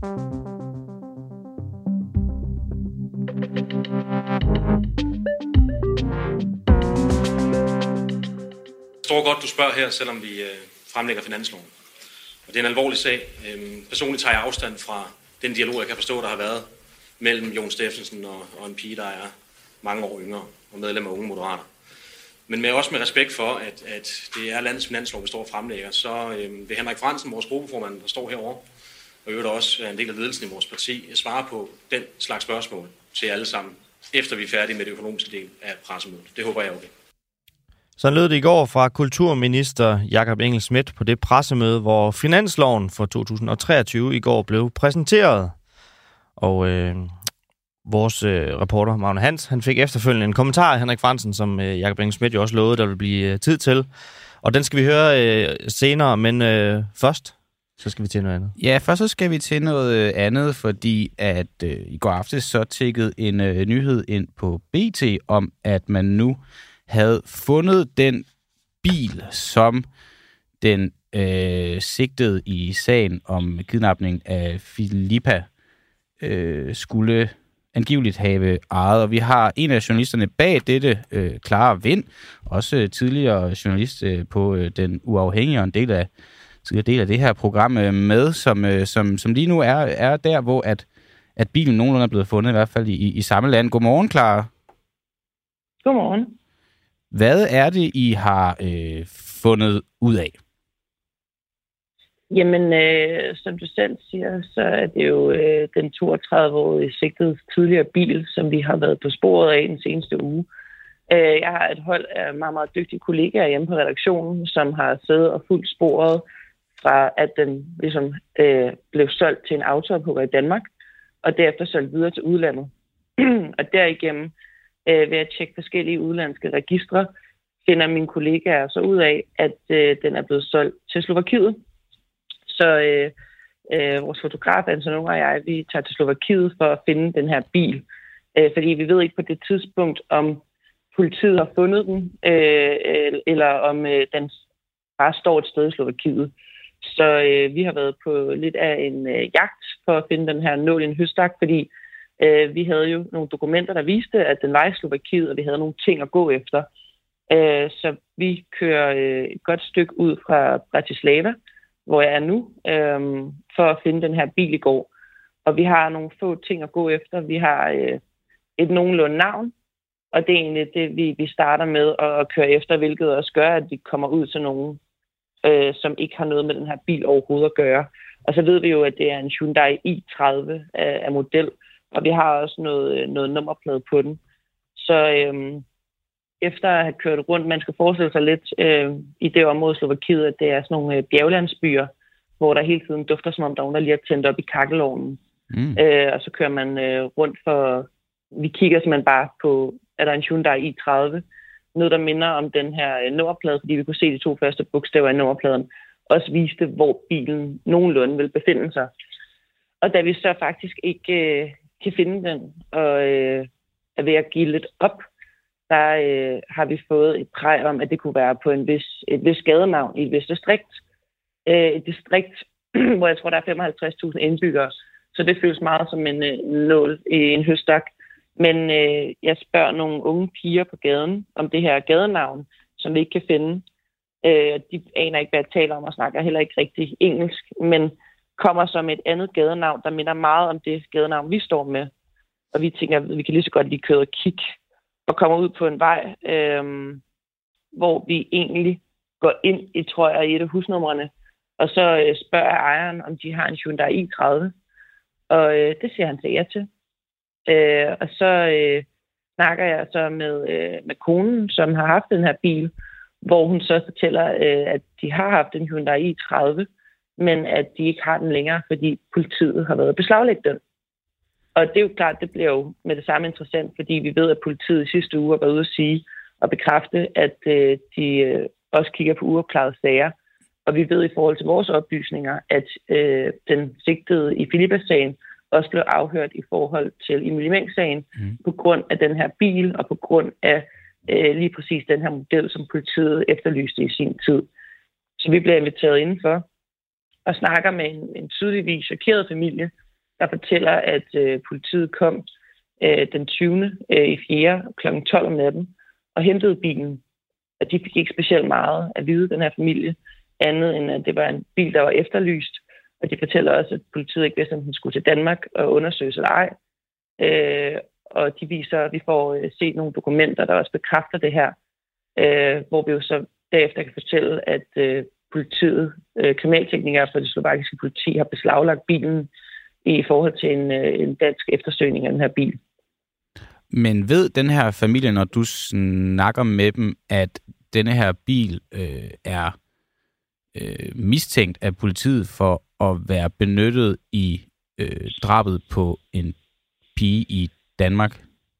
Jeg tror godt, du spørger her, selvom vi fremlægger finansloven. Og det er en alvorlig sag. Personligt tager jeg afstand fra den dialog, jeg kan forstå, der har været mellem Jon Steffensen og en pige, der er mange år yngre og medlem af Unge Moderater. Men også med respekt for, at det er landets finanslov, vi står og fremlægger, så vil Henrik Frandsen, vores gruppeformand, der står herovre, og i øvrigt også er en del af ledelsen i vores parti, svare på den slags spørgsmål til alle sammen, efter vi er færdige med det økonomiske del af pressemødet. Det håber jeg okay. Så lød det i går fra kulturminister Jakob Engel-Schmidt på det pressemøde, hvor finansloven for 2023 i går blev præsenteret. Og vores reporter, Magne Hans, han fik efterfølgende en kommentar af Henrik Frandsen, som Jakob Engel-Schmidt jo også lovede, der vil blive tid til. Og den skal vi høre senere, men først så skal vi til noget andet. Ja, først så skal vi til noget andet, fordi at i går aftes så tikkede en nyhed ind på BT om, at man nu havde fundet den bil, som den sigtede i sagen om kidnapning af Filippa skulle angiveligt have ejet. Og vi har en af journalisterne bag dette, Clara Vind, også tidligere journalist på Den Uafhængige, og en del af det her program med, som lige nu er der, hvor at bilen nogenlunde er blevet fundet, i hvert fald i samme land. Godmorgen, Clara. Godmorgen. Hvad er det, I har fundet ud af? Jamen, som du selv siger, så er det jo den 32-årige sigtede tidligere bil, som vi har været på sporet af den seneste uge. Jeg har et hold af meget, meget dygtige kollegaer hjemme på redaktionen, som har siddet og fulgt sporet fra, at den ligesom blev solgt til en autoophugger i Danmark, og derefter solgt videre til udlandet. Og derigennem ved at tjekke forskellige udlandske registre, finder mine kollegaer så ud af, at den er blevet solgt til Slovakiet. Så vores fotograf, Anton Unger og jeg, vi tager til Slovakiet for at finde den her bil. Fordi vi ved ikke på det tidspunkt, om politiet har fundet den, eller om den bare står et sted i Slovakiet. Så vi har været på lidt af en jagt for at finde den her nål i en høstak, fordi vi havde jo nogle dokumenter, der viste, at den var i Slovakiet, og vi havde nogle ting at gå efter. Så vi kører et godt stykke ud fra Bratislava, hvor jeg er nu, for at finde den her bil i går. Og vi har nogle få ting at gå efter. Vi har et nogenlunde navn, og det er egentlig det, vi starter med at køre efter, hvilket også gør, at vi kommer ud til nogen, som ikke har noget med den her bil overhovedet at gøre. Og så ved vi jo, at det er en Hyundai i30 af model, og vi har også noget nummerplade på den. Så efter at have kørt rundt, man skal forestille sig lidt i det område i Slovakiet, at det er sådan nogle bjerglandsbyer, hvor der hele tiden dufter, som om der er nogen, der lige er tændt op i kakkelovnen. Og så kører man rundt for... Vi kigger simpelthen bare på, er der en Hyundai i30, noget der minder om den her nummerplade, fordi vi kunne se de 2 første bogstaver i nummerpladen, også viste, hvor bilen nogenlunde vil befinde sig. Og da vi så faktisk ikke kan finde den, og er ved at give lidt op, der har vi fået et præg om, at det kunne være på et vis gadenavn i et vist distrikt. Et distrikt, hvor jeg tror, der er 55.000 indbyggere. Så det føles meget som en nål i en høstak. Men jeg spørger nogle unge piger på gaden om det her gadenavn, som vi ikke kan finde. De aner ikke, hvad jeg taler om, og snakker heller ikke rigtig engelsk, men kommer som et andet gadenavn, der minder meget om det gadenavn, vi står med. Og vi tænker, at vi kan lige så godt lige køre og kigge, og kommer ud på en vej, hvor vi egentlig går ind i, tror jeg, i et af husnumrene, og så spørger ejeren, om de har en Hyundai i30. Og det siger han til ja til. Og så snakker jeg så med konen, som har haft den her bil, hvor hun så fortæller, at de har haft en Hyundai i30, men at de ikke har den længere, fordi politiet har været at beslaglægge den. Og det er jo klart, det bliver jo med det samme interessant, fordi vi ved, at politiet i sidste uge har været ude at sige og bekræfte, at de også kigger på uopklarede sager. Og vi ved i forhold til vores oplysninger, at den sigtede i Filippa-sagen også blev afhørt i forhold til Emilie Meng-sagen på grund af den her bil og på grund af lige præcis den her model, som politiet efterlyste i sin tid. Så vi bliver inviteret indenfor og snakker med en tydeligvis chokeret familie, der fortæller, at politiet kom den 20. i 4. kl. 12 om natten og hentede bilen. Og de fik ikke specielt meget at vide, den her familie, andet end at det var en bil, der var efterlyst. Og de fortæller også, at politiet ikke vidste, om den skulle til Danmark og undersøges eller ej. Og de viser, at vi får set nogle dokumenter, der også bekræfter det her, hvor vi jo så derefter kan fortælle, at politiet, kriminalteknikere fra det slovakiske politi, har beslaglagt bilen i forhold til en dansk eftersøgning af den her bil. Men ved den her familie, når du snakker med dem, at denne her bil er mistænkt af politiet for at være benyttet i drabet på en pige i Danmark?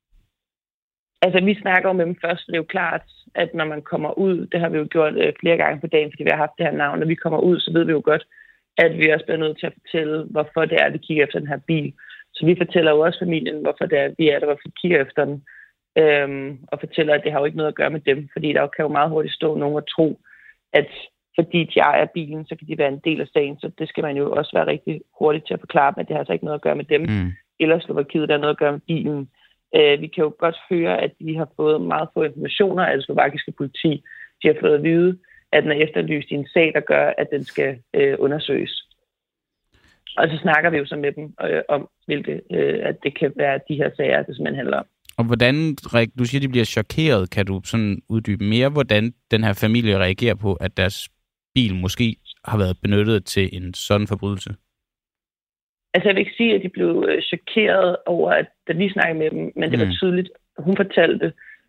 Altså, vi snakker jo med dem først, og det er jo klart, at når man kommer ud, det har vi jo gjort flere gange på dagen, fordi vi har haft det her navn, når vi kommer ud, så ved vi jo godt, at vi også bliver nødt til at fortælle, hvorfor det er, vi kigger efter den her bil. Så vi fortæller jo også familien, hvorfor det er, vi er der, hvorfor vi kigger efter den, og fortæller, at det har jo ikke noget at gøre med dem, fordi der kan jo meget hurtigt stå nogen og tro, at fordi de ejer bilen, så kan de være en del af sagen, så det skal man jo også være rigtig hurtigt til at forklare dem, at det har altså ikke noget at gøre med dem, eller Slovakiet, der har noget at gøre med bilen. Vi kan jo godt høre, at de har fået meget få informationer af det slovakiske politi. De har fået at vide, at den er efterlyst i en sag, der gør, at den skal undersøges. Og så snakker vi jo så med dem om, at det kan være de her sager, det simpelthen handler om. Og hvordan, du siger, de bliver chokeret, kan du sådan uddybe mere, hvordan den her familie reagerer på, at deres bil måske har været benyttet til en sådan forbrydelse? Altså, jeg vil ikke sige, at de blev chokeret over, at da vi snakkede med dem, men det var tydeligt. Hun fortalte,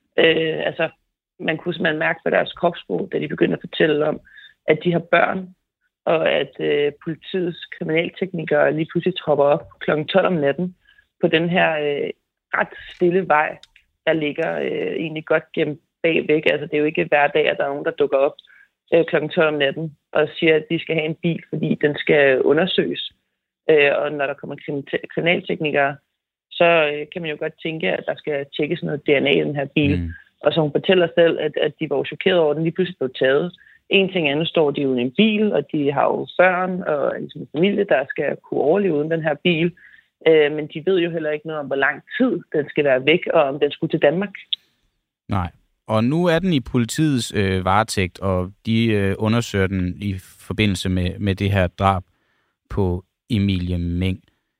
man kunne simpelthen mærke på deres kropssprog, da de begyndte at fortælle om, at de har børn, og at politiets kriminalteknikere lige pludselig tropper op kl. 12 om natten på den her ret stille vej, der ligger egentlig godt gemt bagvæk. Altså, det er jo ikke hver dag, at der er nogen, der dukker op kl. 12 om natten og siger, at de skal have en bil, fordi den skal undersøges. Og når der kommer kriminalteknikere, så kan man jo godt tænke, at der skal tjekkes noget DNA i den her bil. Og så hun fortæller selv, at de var chokeret over, at den lige pludselig blev taget. En ting andet står de uden en bil, og de har jo børn og en familie, der skal kunne overleve uden den her bil. Men de ved jo heller ikke noget om, hvor lang tid den skal være væk, og om den skulle til Danmark. Nej. Og nu er den i politiets varetægt, og de undersøger den i forbindelse med det her drab på Emilie Meng.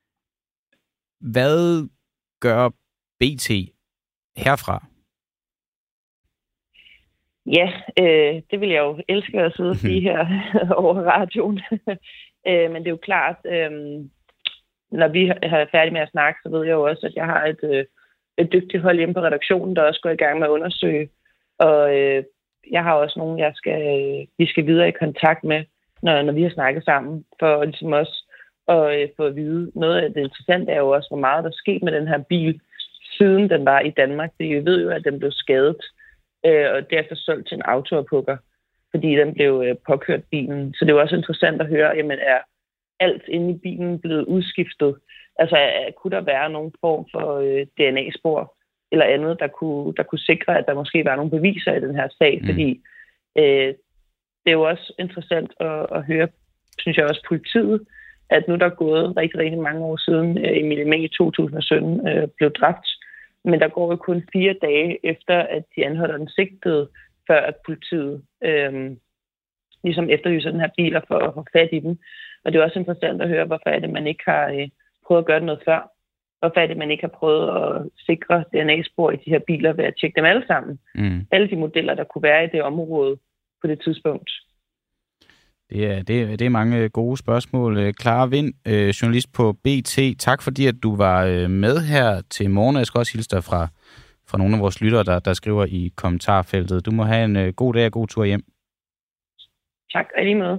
Hvad gør BT herfra? Ja, det vil jeg jo elske at sidde og sige her over radioen. Men det er jo klart, når vi er færdige med at snakke, så ved jeg jo også, at jeg har et dygtigt hold hjemme på redaktionen, der også går i gang med at undersøge. Og jeg har også nogen, vi skal videre i kontakt med, når vi har snakket sammen, for ligesom også at få at vide. Noget af det interessante er jo også, hvor meget der er sket med den her bil, siden den var i Danmark. Vi ved jo, at den blev skadet, og derefter solgt til en autoophukker, fordi den blev påkørt bilen. Så det er jo også interessant at høre, jamen er alt inde i bilen blevet udskiftet? Altså kunne der være nogen form for DNA-spor eller andet, der kunne sikre, at der måske var nogle beviser i den her sag? Fordi det er jo også interessant at høre, synes jeg også, politiet, at nu der er gået rigtig, rigtig mange år siden Emilie Meng i 2017 blev dræbt. Men der går jo kun 4 dage efter, at de anholder den sigtede, før at politiet ligesom efterlyser den her bil for at få fat i den. Og det er også interessant at høre, hvorfor er det, man ikke har prøvet at gøre noget før. Hvorfor er det, man ikke har prøvet at sikre DNA-spor i de her biler ved at tjekke dem alle sammen. Alle de modeller, der kunne være i det område på det tidspunkt. Det er mange gode spørgsmål. Clara Wind, journalist på BT. Tak fordi, at du var med her til morgen. Jeg skal også hilse dig fra nogle af vores lyttere, der skriver i kommentarfeltet. Du må have en god dag og god tur hjem. Tak, og lige måde.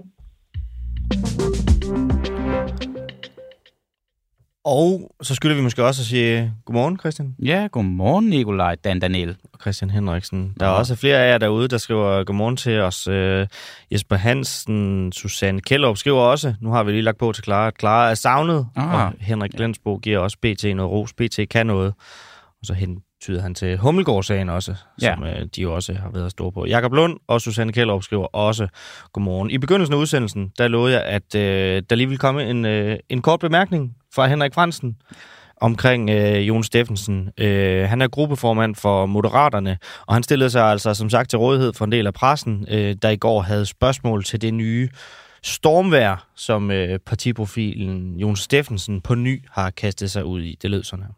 Og så skylder vi måske også at sige godmorgen, Christian. Ja, godmorgen, Nikolaj Daniel. Og Christian Henriksen. Der er også flere af jer derude, der skriver godmorgen til os. Jesper Hansen, Susanne Kjellup skriver også, nu har vi lige lagt på til Clara, at Clara er savnet. Og Henrik Glensbo giver også BT noget ros. BT kan noget. Og så hentyder han til Hummelgaard-sagen også, som de jo også har været at stå på. Jakob Lund og Susanne Kjellup skriver også godmorgen. I begyndelsen af udsendelsen, der lovede jeg, at der lige vil komme en kort bemærkning fra Henrik Frandsen omkring Jon Steffensen. Han er gruppeformand for Moderaterne, og han stillede sig altså som sagt til rådighed for en del af pressen, der i går havde spørgsmål til det nye stormvejr, som partiprofilen Jon Steffensen på ny har kastet sig ud i. Det lød sådan her.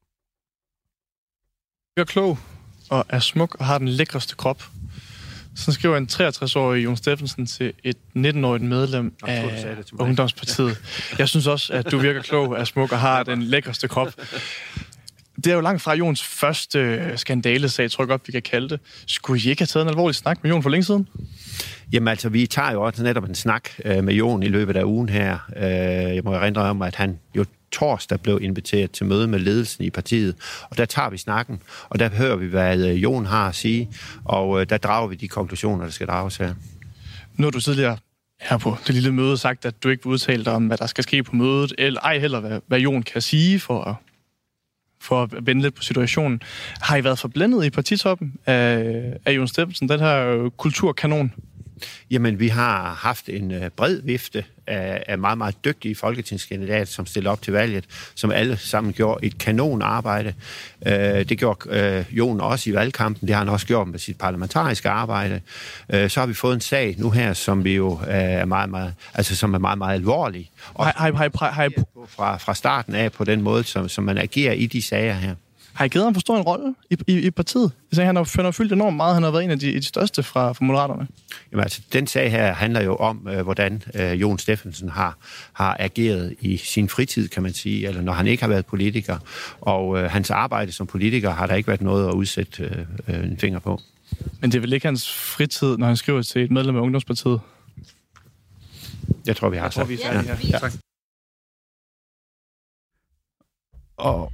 Jeg er klog og er smuk og har den lækreste krop. Så skriver en 63-årig Jon Steffensen til et 19-årigt medlem af Ungdomspartiet. Jeg synes også, at du virker klog, er smuk og har den lækreste krop. Det er jo langt fra Jons første skandalesag, tror jeg godt, vi kan kalde det. Skulle I ikke have taget en alvorlig snak med Jon for længe siden? Jamen altså, vi tager jo også netop en snak med Jon i løbet af ugen her. Jeg må erindre om, at han jo torsdag blev inviteret til møde med ledelsen i partiet, og der tager vi snakken, og der hører vi, hvad Jon har at sige, og der drager vi de konklusioner, der skal drages her. Nu har du tidligere her på det lille møde sagt, at du ikke vil udtale dig om, hvad der skal ske på mødet, eller ej heller, hvad Jon kan sige for at vende lidt på situationen. Har I været forblændet i partitoppen af Jon Steffensen, den her kulturkanon? Jamen, vi har haft en bred vifte af meget, meget dygtige folketingskandidater, som stillede op til valget, som alle sammen gjorde et kanonarbejde. Det gjorde Jon også i valgkampen, det har han også gjort med sit parlamentariske arbejde. Så har vi fået en sag nu her, som vi jo er meget, meget, altså som er meget, meget alvorlig. Fra starten af på den måde, som man agerer i de sager her. Har I givet ham for stor en rolle i partiet? Han har fyldt enormt meget. Han har været en af de største fra Moderaterne. Jamen altså, den sag her handler jo om, hvordan Jon Steffensen har ageret i sin fritid, kan man sige, eller når han ikke har været politiker. Og hans arbejde som politiker har der ikke været noget at udsætte en finger på. Men det er vel ikke hans fritid, når han skriver til et medlem af Ungdomspartiet? Jeg tror, vi har sagt. Vi er færdige her. Ja. Tak. Og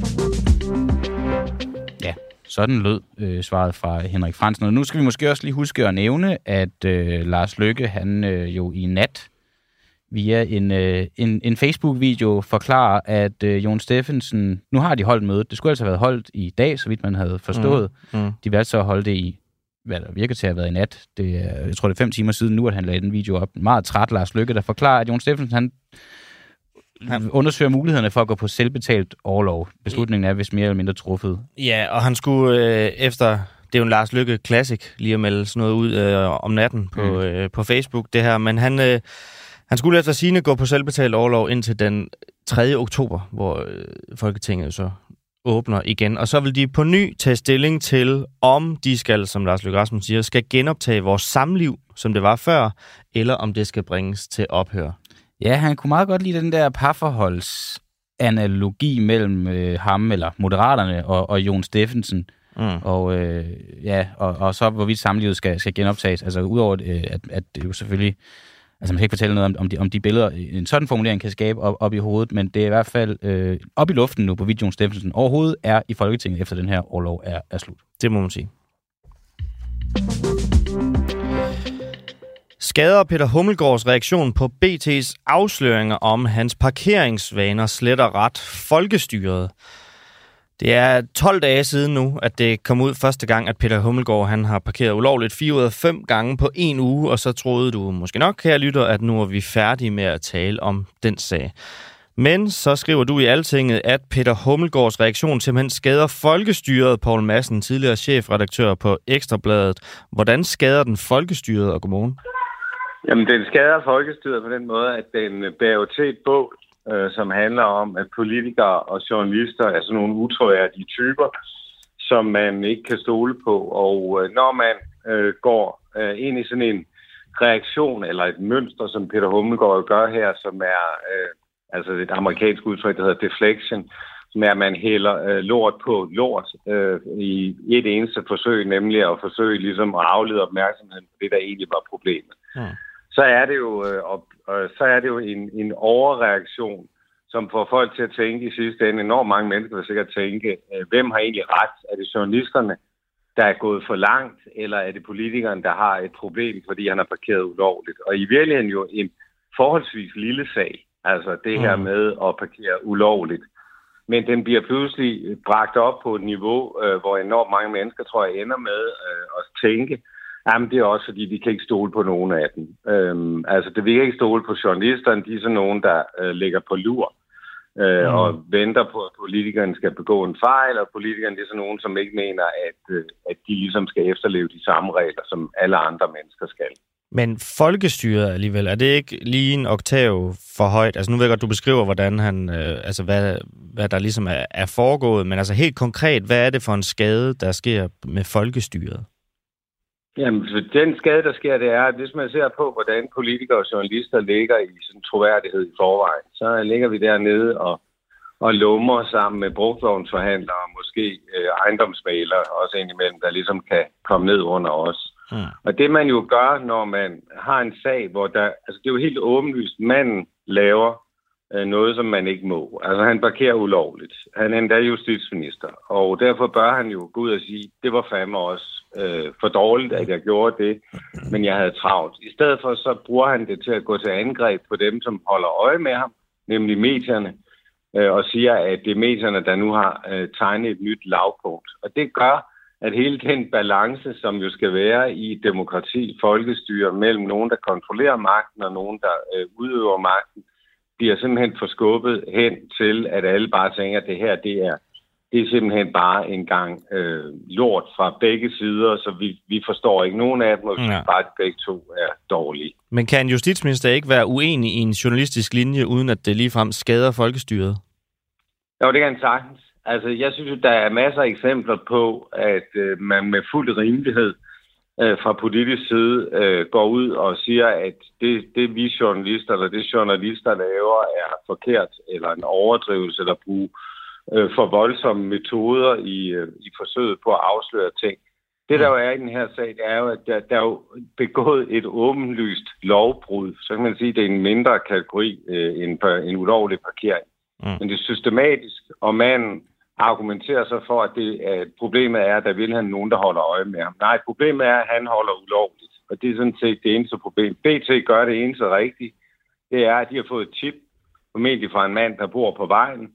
ja, sådan lød svaret fra Henrik Frandsen. Og nu skal vi måske også lige huske at nævne, at Lars Løkke, han jo i nat via en Facebook-video forklarer, at Jon Steffensen, nu har de holdt mødet. Det skulle altså have været holdt i dag, så vidt man havde forstået. De valgte så at holde det i, hvad der virker til at have været i nat. Jeg tror, det er 5 timer siden nu, at han lagde den video op. Meget træt Lars Løkke, der forklarer, at Jon Steffensen, han undersøger mulighederne for at gå på selvbetalt orlov. Beslutningen er vist mere eller mindre truffet. Ja, og han skulle efter... Det er jo en Lars Løkke Classic, lige at melde sådan noget ud om natten på Facebook, det her. Men han skulle efter sigende gå på selvbetalt orlov indtil den 3. oktober, hvor Folketinget så åbner igen. Og så vil de på ny tage stilling til, om de skal, som Lars Løkke Rasmussen siger, skal genoptage vores samliv, som det var før, eller om det skal bringes til ophør. Ja, han kunne meget godt lide den der parforholdsanalogi mellem ham, eller Moderaterne, og Jon Steffensen. Og og så hvorvidt samlivet skal genoptages. Altså udover at det jo selvfølgelig... Altså man kan ikke fortælle noget om de billeder, en sådan formulering kan skabe op i hovedet, men det er i hvert fald op i luften nu, hvorvidt Jon Steffensen overhovedet er i Folketinget, efter den her orlov er slut. Det må man sige. Skader Peter Hummelgaards reaktion på BT's afsløringer om hans parkeringsvaner sletter ret folkestyret. Det er 12 dage siden nu, at det kom ud første gang, at Peter Hummelgaard han har parkeret ulovligt 4 ud af 5 gange på 1 uge, og så troede du måske nok, kære lytter, at nu er vi færdige med at tale om den sag. Men så skriver du i Altinget, at Peter Hummelgaards reaktion simpelthen skader folkestyret. Poul Madsen, tidligere chefredaktør på Ekstrabladet. Hvordan skader den folkestyret, og godmorgen? Jamen, den skader folkestyret på den måde, at den bærer jo til et bål, som handler om, at politikere og journalister er sådan nogle utroværdige typer, som man ikke kan stole på. Og når man går ind i sådan en reaktion eller et mønster, som Peter Hummelgaard gør her, som er altså et amerikansk udtryk, der hedder deflection, som er, at man hælder lort på lort i et eneste forsøg, nemlig at forsøge ligesom at aflede opmærksomheden på det, der egentlig var problemet. Så er det jo en overreaktion, som får folk til at tænke i sidste ende. Enormt mange mennesker vil sikkert tænke, hvem har egentlig ret? Er det journalisterne, der er gået for langt, eller er det politikeren, der har et problem, fordi han har parkeret ulovligt? Og i virkeligheden jo en forholdsvis lille sag, altså det her med at parkere ulovligt. Men den bliver pludselig bragt op på et niveau, hvor enormt mange mennesker, tror jeg, ender med at tænke, jamen det er også fordi, vi kan ikke stole på nogen af dem. Altså vi kan ikke stole på journalisterne, de er sådan nogen, der ligger på lur. og venter på, at politikerne skal begå en fejl, og politikerne det er sådan nogen, som ikke mener, at de ligesom skal efterleve de samme regler, som alle andre mennesker skal. Men folkestyret alligevel, er det ikke lige en oktav for højt? Altså nu ved jeg godt, du beskriver, hvordan han, hvad der ligesom er foregået, men altså helt konkret, hvad er det for en skade, der sker med folkestyret? Jamen, den skade, der sker, det er, at hvis man ser på, hvordan politikere og journalister ligger i sådan troværdighed i forvejen, så ligger vi dernede og lummer sammen med brugtvognsforhandlere og måske ejendomsmælere også indimellem, der ligesom kan komme ned under os. Og det man jo gør, når man har en sag, hvor det er jo helt åbenlyst, manden laver noget, som man ikke må. Altså han parkerer ulovligt. Han er endda justitsminister, og derfor bør han jo gå ud og sige, det var fandme også for dårligt, at jeg gjorde det, men jeg havde travlt. I stedet for så bruger han det til at gå til angreb på dem, som holder øje med ham, nemlig medierne, og siger, at det er medierne, der nu har tegnet et nyt lavpunkt. Og det gør, at hele den balance, som jo skal være i demokrati, folkestyre, mellem nogen, der kontrollerer magten, og nogen, der udøver magten, bliver simpelthen forskubbet hen til, at alle bare tænker, at det her, det er simpelthen bare en gang lort fra begge sider, så vi forstår ikke nogen af dem, og bare de begge to er dårlige. Men kan en justitsminister ikke være uenig i en journalistisk linje, uden at det ligefrem skader folkestyret? Jo, det kan han sagtens. Altså, jeg synes, der er masser af eksempler på, at man med fuld rimelighed fra politisk side går ud og siger, at det vi journalister, eller det journalister laver, er forkert, eller en overdrivelse, eller bruge for voldsomme metoder i forsøget på at afsløre ting. Det, der jo er i den her sag, det er jo, at der er jo begået et åbenlyst lovbrud. Så kan man sige, at det er en mindre kategori end en ulovlig parkering. Men det er systematisk, og man argumenterer så for, at problemet er, at der vil han nogen, der holder øje med ham. Nej, problemet er, at han holder ulovligt. Og det er sådan set det eneste problem. BT gør det eneste rigtigt. Det er, at de har fået et tip, formentlig fra en mand, der bor på vejen,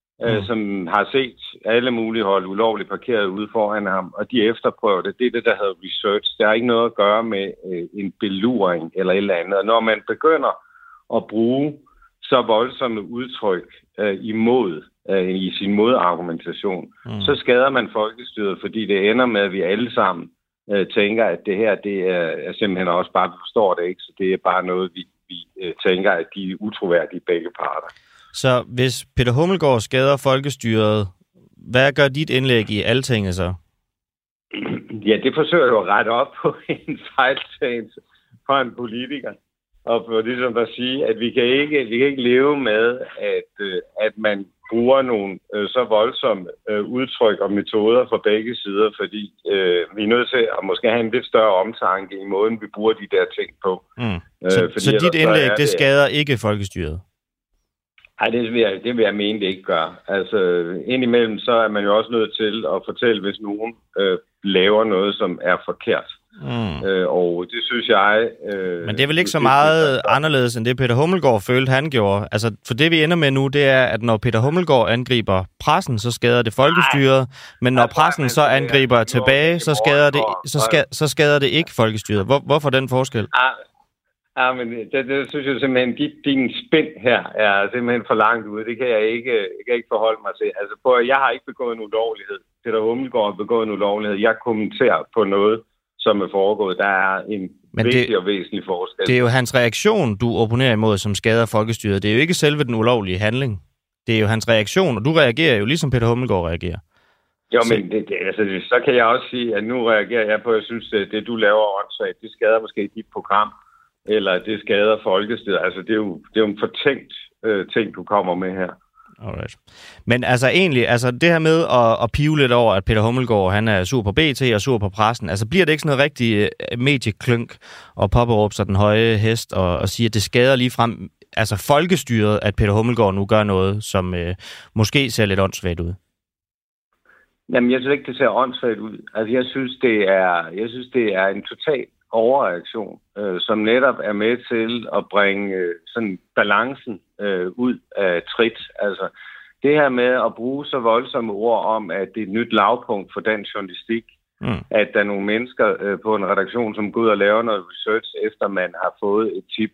som har set alle mulige hold ulovligt parkeret ude foran ham, og de efterprøver det. Det er det, der hedder research. Der er ikke noget at gøre med en beluring eller et eller andet. Og når man begynder at bruge så voldsomme udtryk imod i sin modargumentation, så skader man folkestyret, fordi det ender med, at vi alle sammen tænker, at det her, det er simpelthen også bare, vi forstår det ikke, så det er bare noget, vi tænker, at de er utroværdige begge parter. Så hvis Peter Hummelgaard skader folkestyret, hvad gør dit indlæg i Altinget så? Ja, det forsøger jo at rette op på en fejltagelse fra en politiker. Og for ligesom at sige, at vi kan ikke leve med, at man bruger nogle så voldsomme udtryk og metoder fra begge sider, fordi vi er nødt til at måske have en lidt større omtanke i måden, vi bruger de der ting på. Så dit indlæg, det skader ikke folkestyret? Nej, det vil jeg mene, det ikke gør. Altså, indimellem så er man jo også nødt til at fortælle, hvis nogen laver noget, som er forkert. Og det synes jeg... Men det er vel ikke så meget anderledes, end det Peter Hummelgaard følte, han gjorde. Altså, for det vi ender med nu, det er, at når Peter Hummelgaard angriber pressen, så skader det folkestyret. Men når pressen så angriber tilbage, så skader det ikke folkestyret. Hvorfor den forskel? Ja, men det synes jeg simpelthen, din spænd her er simpelthen for langt ude. Det kan jeg ikke forholde mig til. Altså, jeg har ikke begået en ulovlighed. Peter Hummelgaard har begået en ulovlighed. Jeg kommenterer på noget, som er foregået. Der er en vigtig og væsentlig forskel. Det er jo hans reaktion, du opponerer imod, som skader folkestyret. Det er jo ikke selve den ulovlige handling. Det er jo hans reaktion, og du reagerer jo ligesom Peter Hummelgaard reagerer. Jo, men så kan jeg også sige, at nu reagerer jeg på, at jeg synes, at det du laver åndssvagt, det skader måske dit program, eller det skader folkestyret. Altså, det er jo en fortænkt ting, du kommer med her. Alright. Men altså egentlig, altså det her med at pive lidt over, at Peter Hummelgaard, han er sur på BT og sur på pressen, altså bliver det ikke sådan noget rigtig medieklynk og påberåbe sig den høje hest og sige, at det skader lige frem, altså folkestyret, at Peter Hummelgaard nu gør noget, som måske ser lidt åndssvagt ud? Jamen, jeg synes ikke, det ser åndssvagt ud. Altså, jeg synes, det er en total overreaktion, som netop er med til at bringe sådan balancen ud af trit. Altså det her med at bruge så voldsomme ord om, at det er et nyt lavpunkt for dansk journalistik, at der er nogle mennesker på en redaktion, som går ud og laver noget research, efter man har fået et tip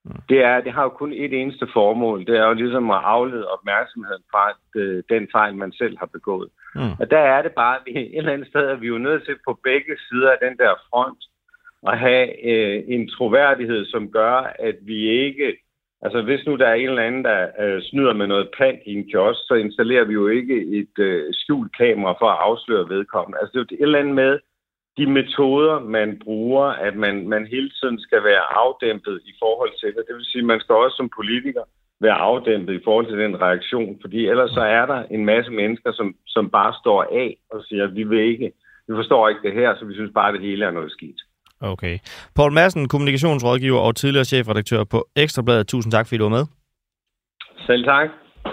Det har jo kun et eneste formål. Det er jo ligesom at aflede opmærksomheden fra den fejl, man selv har begået. Og der er det bare, at et eller andet sted er vi jo nødt til på begge sider af den der front at have en troværdighed, som gør, at vi ikke... Altså, hvis nu der er en eller anden, der snyder med noget pant i en kiosk, så installerer vi jo ikke et skjult kamera for at afsløre vedkommende. Altså, det er jo et eller andet med de metoder, man bruger, at man hele tiden skal være afdæmpet i forhold til det. Det vil sige, at man skal også som politiker være afdæmpet i forhold til den reaktion, fordi ellers så er der en masse mennesker, som bare står af og siger, at vi forstår ikke det her, så vi synes bare, at det hele er noget skidt. Okay. Poul Madsen, kommunikationsrådgiver og tidligere chefredaktør på Ekstra Bladet. Tusind tak, fordi du var med. Selv tak.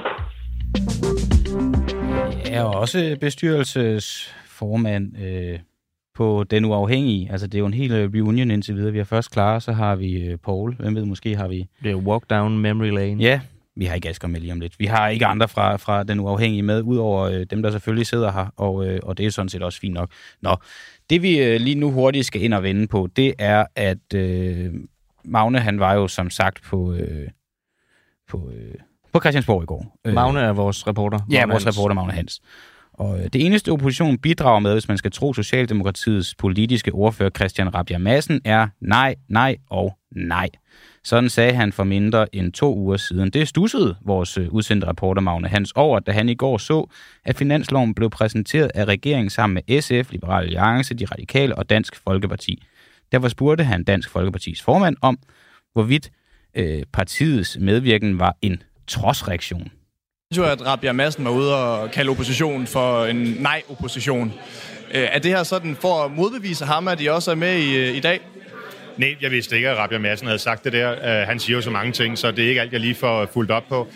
Jeg er også bestyrelsesformand på Den Uafhængige. Altså, det er jo en hel reunion indtil videre. Vi har først Clara, så har vi Poul. Hvem ved, måske har vi... Det er walk down memory lane. Ja, vi har ikke Asger med lige om lidt. Vi har ikke andre fra Den Uafhængige med, udover dem, der selvfølgelig sidder her, og det er sådan set også fint nok. Nå, det vi lige nu hurtigt skal ind og vende på, det er, at Magne, han var jo som sagt på Christiansborg i går. Magne er vores reporter. Ja, vores reporter Magne Hans. Og det eneste opposition bidrager med, hvis man skal tro Socialdemokratiets politiske ordfører Christian Rabjerg Madsen, er nej, nej og nej. Sådan sagde han for mindre end 2 uger siden. Det stussede vores udsendte reporter Magne Hans over, da han i går så, at finansloven blev præsenteret af regeringen sammen med SF, Liberal Alliance, De Radikale og Dansk Folkeparti. Derfor spurgte han Dansk Folkepartis formand om, hvorvidt partiets medvirken var en trodsreaktion. Jeg tror, at Rabjerg Madsen var ude og kalde oppositionen for en nej-opposition. Er det her sådan for at modbevise ham, at de også er med i dag? Nej, jeg vidste ikke, at Rabjerg Madsen havde sagt det der. Han siger jo så mange ting, så det er ikke alt, jeg lige får fulgt op på.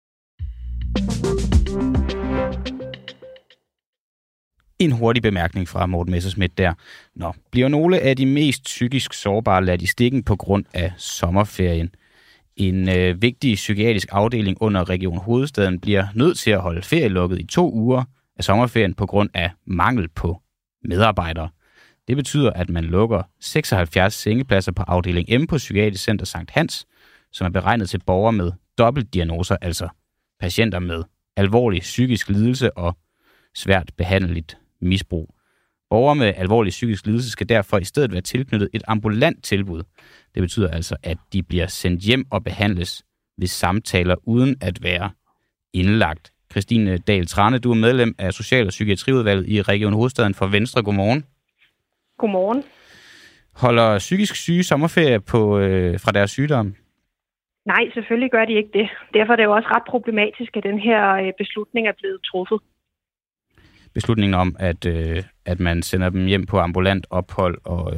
En hurtig bemærkning fra Morten Messerschmidt der. Bliver nogle af de mest psykisk sårbare ladt i stikken på grund af sommerferien? En vigtig psykiatrisk afdeling under Region Hovedstaden bliver nødt til at holde ferielukket i 2 uger af sommerferien på grund af mangel på medarbejdere. Det betyder, at man lukker 76 sengepladser på afdeling M på Psykiatrisk Center Sankt Hans, som er beregnet til borgere med dobbeltdiagnoser, altså patienter med alvorlig psykisk lidelse og svært behandlet misbrug. Borgere med alvorlig psykisk lidelse skal derfor i stedet være tilknyttet et ambulant tilbud. Det betyder altså, at de bliver sendt hjem og behandles ved samtaler uden at være indlagt. Christine Dahl Trane, du er medlem af Social- og Psykiatriudvalget i Region Hovedstaden for Venstre. Godmorgen. Godmorgen. Holder psykisk syge sommerferie fra deres sygdom? Nej, selvfølgelig gør de ikke det. Derfor er det jo også ret problematisk, at den her beslutning er blevet truffet. Beslutningen om, at man sender dem hjem på ambulant ophold,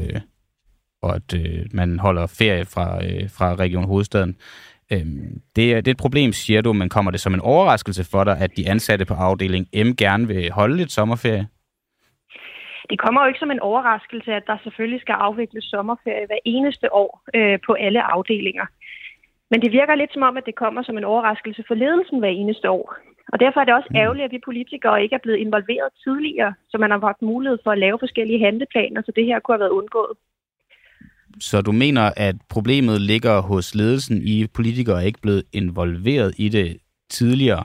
og at man holder ferie fra Region Hovedstaden. Det er et problem, siger du, men kommer det som en overraskelse for dig, at de ansatte på afdeling M gerne vil holde lidt sommerferie? Det kommer jo ikke som en overraskelse, at der selvfølgelig skal afvikles sommerferie hver eneste år på alle afdelinger. Men det virker lidt som om, at det kommer som en overraskelse for ledelsen hver eneste år. Og derfor er det også ærgerligt, at vi politikere ikke er blevet involveret tidligere, så man har haft mulighed for at lave forskellige handleplaner, så det her kunne have været undgået. Så du mener, at problemet ligger hos ledelsen i politikere, er ikke blevet involveret i det tidligere?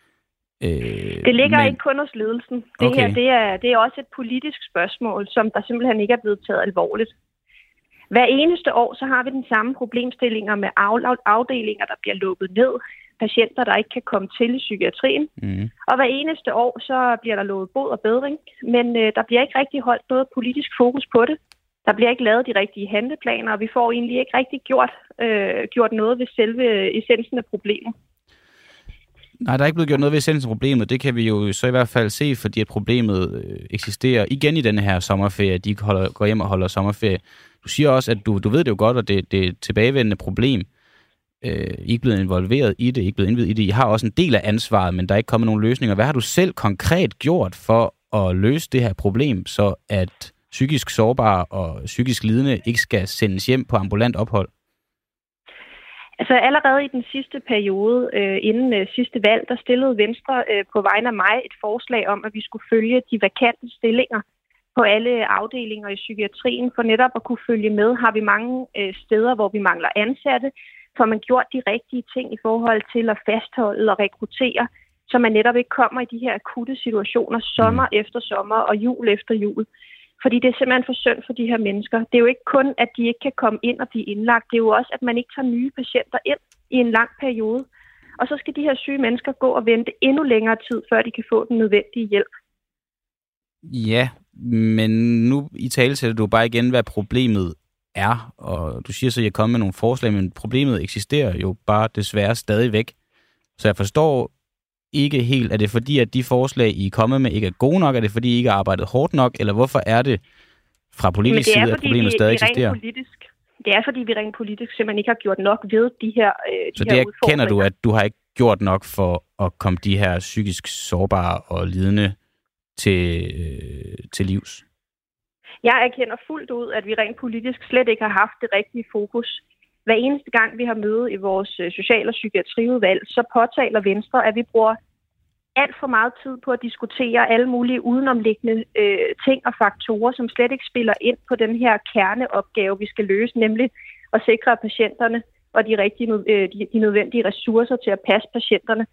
Det ligger ikke kun hos ledelsen. Det er også et politisk spørgsmål, som der simpelthen ikke er blevet taget alvorligt. Hver eneste år, så har vi den samme problemstillinger med afdelinger, der bliver lukket ned. Patienter, der ikke kan komme til i psykiatrien. Og hver eneste år, så bliver der lovet bod og bedring. Men der bliver ikke rigtig holdt noget politisk fokus på det. Der bliver ikke lavet de rigtige handleplaner, og vi får egentlig ikke rigtig gjort noget ved selve essensen af problemet. Nej, der er ikke blevet gjort noget ved essensen af problemet. Det kan vi jo så i hvert fald se, fordi at problemet eksisterer igen i denne her sommerferie. De går hjem og holder sommerferie. Du siger også, at du ved det jo godt, og det er et tilbagevendende problem. I er ikke blevet involveret i det, ikke blevet indvidet i det. I har også en del af ansvaret, men der er ikke kommet nogen løsninger. Hvad har du selv konkret gjort for at løse det her problem, så at psykisk sårbare og psykisk lidende ikke skal sendes hjem på ambulant ophold? Altså allerede i den sidste periode, inden sidste valg, der stillede Venstre på vegne af mig et forslag om, at vi skulle følge de vakante stillinger på alle afdelinger i psykiatrien, for netop at kunne følge med. Har vi mange steder, hvor vi mangler ansatte? Får man gjort de rigtige ting i forhold til at fastholde og rekruttere, så man netop ikke kommer i de her akutte situationer sommer efter sommer og jul efter jul. Fordi det er simpelthen for synd for de her mennesker. Det er jo ikke kun, at de ikke kan komme ind og blive indlagt. Det er jo også, at man ikke tager nye patienter ind i en lang periode. Og så skal de her syge mennesker gå og vente endnu længere tid, før de kan få den nødvendige hjælp. Ja, men nu i tale sætter du bare igen, hvad problemet er. Og du siger så, at jeg kommer med nogle forslag, men problemet eksisterer jo bare desværre stadigvæk. Så jeg forstår ikke helt, er det fordi, at de forslag, I er kommet med, ikke er gode nok? Er det fordi, I ikke har arbejdet hårdt nok? Eller hvorfor er det fra politisk side, at problemet stadig eksisterer? Det er, fordi vi rent politisk simpelthen ikke har gjort nok ved de her så det erkender du, at du har ikke gjort nok for at komme de her psykisk sårbare og lidende til livs? Jeg erkender fuldt ud, at vi rent politisk slet ikke har haft det rigtige fokus. Hver eneste gang, vi har møde i vores social- og psykiatriudvalg, så påtaler Venstre, at vi bruger alt for meget tid på at diskutere alle mulige udenomliggende ting og faktorer, som slet ikke spiller ind på den her kerneopgave, vi skal løse, nemlig at sikre patienterne og de nødvendige ressourcer til at passe patienterne.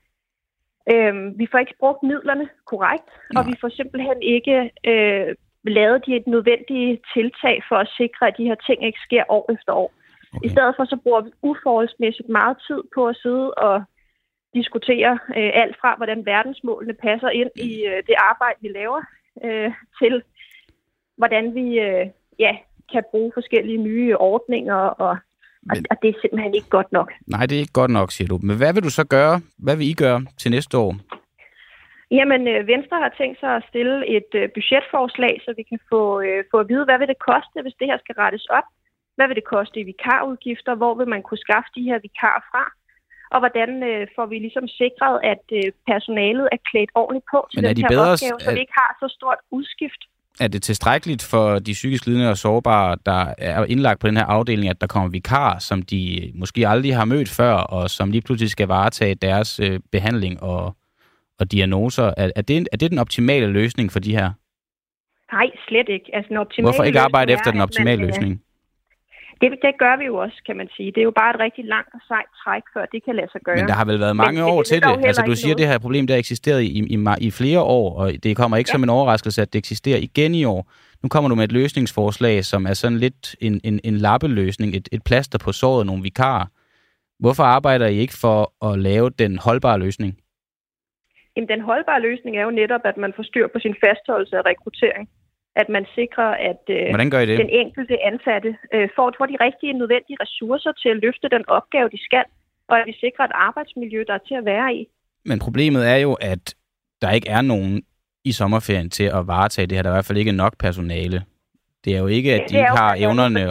Vi får ikke brugt midlerne korrekt, og vi får simpelthen ikke lavet de nødvendige tiltag for at sikre, at de her ting ikke sker år efter år. Okay. I stedet for så bruger vi uforholdsmæssigt meget tid på at sidde og diskutere alt fra, hvordan verdensmålene passer ind i det arbejde, vi laver, til hvordan vi kan bruge forskellige nye ordninger, og det er simpelthen ikke godt nok. Nej, det er ikke godt nok, siger du. Men hvad vil du så gøre? Hvad vil I gøre til næste år? Jamen, Venstre har tænkt sig at stille et budgetforslag, så vi kan få at vide, hvad vil det koste, hvis det her skal rettes op? Hvad vil det koste i vikarudgifter? Hvor vil man kunne skaffe de her vikarer fra? Og hvordan får vi ligesom sikret, at personalet er klædt ordentligt på til den her opgave, så vi ikke har så stort udskift? Er det tilstrækkeligt for de psykisk lidende og sårbare, der er indlagt på den her afdeling, at der kommer vikarer, som de måske aldrig har mødt før, og som lige pludselig skal varetage deres behandling og diagnoser? Er det den optimale løsning for de her? Nej, slet ikke. Altså, hvorfor ikke arbejde efter den optimale løsning? Det gør vi jo også, kan man sige. Det er jo bare et rigtig langt og sejt træk, før det kan lade sig gøre. Men der har vel været mange år til det. Altså, du siger, at det her problem, der eksisteret i flere år, og det kommer ikke som en overraskelse, at det eksisterer igen i år. Nu kommer du med et løsningsforslag, som er sådan lidt en lappeløsning, et plaster på såret, nogle vikarer. Hvorfor arbejder I ikke for at lave den holdbare løsning? Jamen, den holdbare løsning er jo netop, at man får styr på sin fastholdelse og rekruttering. At man sikrer, at den enkelte ansatte får de rigtige nødvendige ressourcer til at løfte den opgave, de skal, og at vi sikrer et arbejdsmiljø, der er til at være i. Men problemet er jo, at der ikke er nogen i sommerferien til at varetage det her. Der er i hvert fald ikke nok personale. Det er jo ikke, at de ikke har evnerne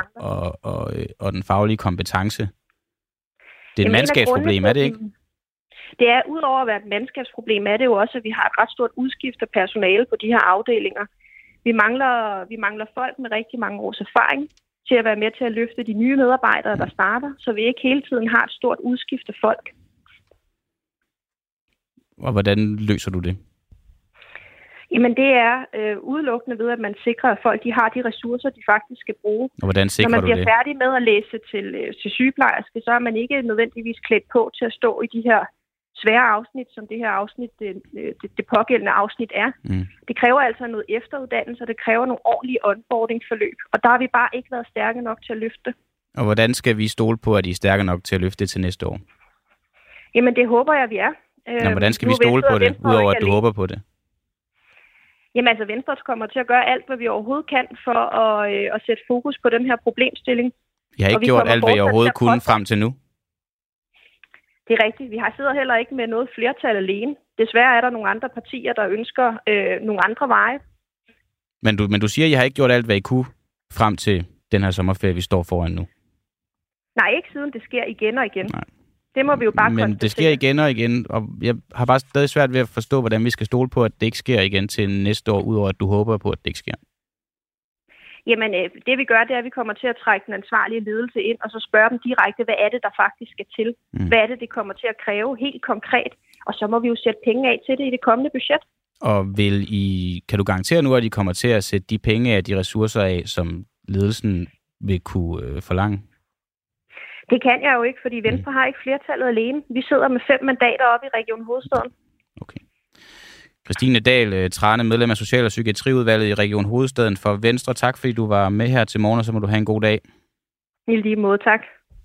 og den faglige kompetence. Det er et mandskabsproblem, er det ikke? Det er, udover at være et mandskabsproblem, er det jo også, at vi har et ret stort udskift af personale på de her afdelinger. Vi mangler folk med rigtig mange års erfaring til at være med til at løfte de nye medarbejdere, der starter, så vi ikke hele tiden har et stort udskift af folk. Og hvordan løser du det? Jamen det er udelukkende ved, at man sikrer, at folk de har de ressourcer, de faktisk skal bruge. Og hvordan sikrer du det? Når man bliver færdig med at læse til sygeplejerske, så er man ikke nødvendigvis klædt på til at stå i de her svære afsnit, som det her afsnit, det pågældende afsnit er. Det kræver altså noget efteruddannelse, og det kræver nogle ordentlige onboarding-forløb. Og der har vi bare ikke været stærke nok til at løfte. Og hvordan skal vi stole på, at I er stærke nok til at løfte det til næste år? Jamen, det håber jeg, vi er. Hvordan skal vi stole på det, udover at du håber på det? Jamen altså, Venstre kommer til at gøre alt, hvad vi overhovedet kan for at sætte fokus på den her problemstilling. I har ikke gjort alt, hvad I overhovedet kunne frem til nu? Det er rigtigt. Vi sidder heller ikke med noget flertal alene. Desværre er der nogle andre partier, der ønsker nogle andre veje. Men du siger, at I har ikke gjort alt, hvad I kunne frem til den her sommerferie, vi står foran nu? Nej, ikke siden det sker igen og igen. Nej. Det må vi jo bare konstatere. Men det sker igen og igen, og jeg har bare stadig svært ved at forstå, hvordan vi skal stole på, at det ikke sker igen til næste år, udover at du håber på, at det ikke sker. Jamen, det vi gør, det er, at vi kommer til at trække den ansvarlige ledelse ind, og så spørge dem direkte, hvad er det, der faktisk skal til? Hvad er det, det kommer til at kræve helt konkret? Og så må vi jo sætte penge af til det i det kommende budget. Og kan du garantere nu, at I kommer til at sætte de penge af, de ressourcer af, som ledelsen vil kunne forlange? Det kan jeg jo ikke, fordi Venstre har ikke flertallet alene. Vi sidder med 5 mandater oppe i Region Hovedstaden. Okay. Christine Dahl Thrane, medlem af Social- og Psykiatriudvalget i Region Hovedstaden for Venstre. Tak fordi du var med her til morgen, og så må du have en god dag. I lige måde, tak.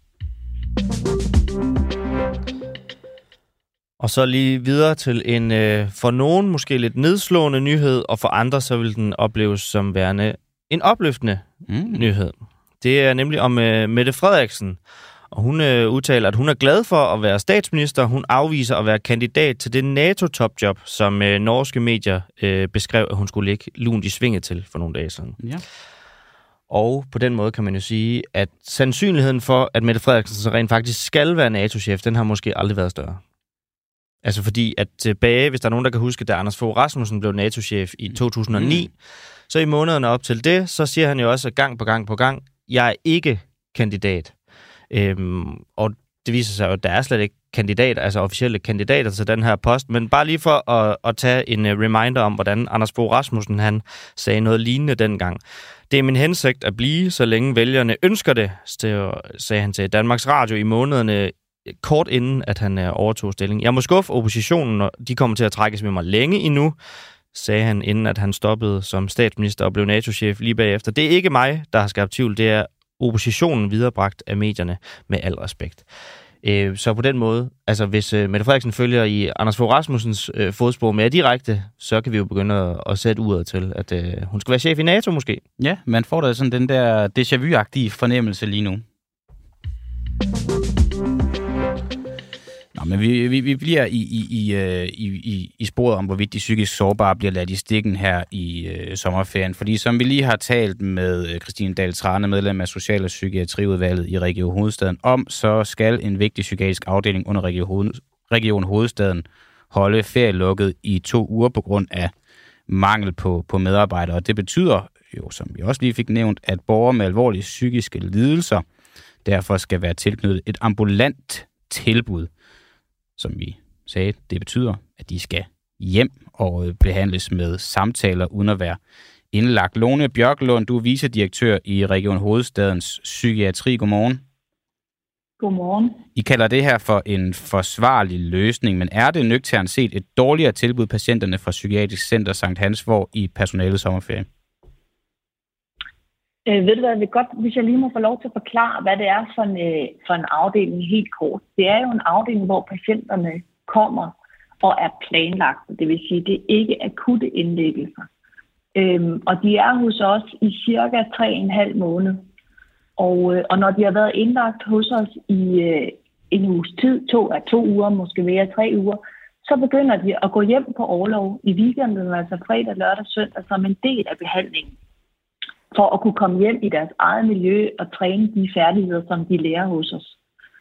Og så lige videre til en for nogen måske lidt nedslående nyhed, og for andre så vil den opleves som værende en opløftende nyhed. Det er nemlig om Mette Frederiksen, og hun udtaler, at hun er glad for at være statsminister. Hun afviser at være kandidat til det NATO-topjob, som norske medier beskrev, at hun skulle lægge lunt i svinget til for nogle dage siden. Ja. Og på den måde kan man jo sige, at sandsynligheden for, at Mette Frederiksen så rent faktisk skal være NATO-chef, den har måske aldrig været større. Altså fordi, at tilbage, hvis der er nogen, der kan huske, da Anders Fogh Rasmussen blev NATO-chef i 2009, så i månederne op til det, så siger han jo også gang på gang, jeg er ikke kandidat. Og det viser sig jo, at der er slet ikke kandidater, altså officielle kandidater til den her post, men bare lige for at tage en reminder om, hvordan Anders Fogh Rasmussen, han sagde noget lignende dengang. Det er min hensigt at blive, så længe vælgerne ønsker det, sagde han til Danmarks Radio i månederne kort inden, at han overtog stillingen. Jeg må skuffe oppositionen, og de kommer til at trækkes med mig længe endnu, sagde han, inden at han stoppede som statsminister og blev NATO-chef lige bagefter. Det er ikke mig, der har skabt tvivl, det er oppositionen viderebragt af medierne, med al respekt. Så på den måde, altså hvis Mette Frederiksen følger i Anders Fogh Rasmussens fodspor mere direkte, så kan vi jo begynde at sætte uret til, at hun skal være chef i NATO måske. Ja, man får da sådan den der déjà vu-agtige fornemmelse lige nu. Nå, men vi bliver i sporet om, hvorvidt de psykisk sårbare bliver ladt i stikken her i sommerferien. Fordi som vi lige har talt med Christine Dahl Thrane, medlem af Social- og Psykiatriudvalget i Region Hovedstaden om, så skal en vigtig psykiatrisk afdeling under Region Hovedstaden holde ferielukket i 2 uger på grund af mangel på medarbejdere. Og det betyder jo, som vi også lige fik nævnt, at borgere med alvorlige psykiske lidelser derfor skal være tilknyttet et ambulant tilbud. Som vi sagde, det betyder, at de skal hjem og behandles med samtaler uden at være indlagt. Lone Bjørklund, du er vicedirektør i Region Hovedstadens Psykiatri. Godmorgen. Godmorgen. I kalder det her for en forsvarlig løsning, men er det nøgternt set et dårligere tilbud patienterne fra Psykiatrisk Center Sankt Hans får i personalets sommerferie? Ved du hvad, det er godt, hvis jeg lige må få lov til at forklare, hvad det er for en afdeling helt kort. Det er jo en afdeling, hvor patienterne kommer og er planlagt. Det vil sige, det er ikke akutte indlæggelser. Og de er hos os i cirka 3,5 måned. Og når de har været indlagt hos os i en uges tid, 2 uger, måske mere 3 uger, så begynder de at gå hjem på orlov i weekenden, altså fredag, lørdag, søndag, som en del af behandlingen, for at kunne komme hjem i deres eget miljø og træne de færdigheder, som de lærer hos os.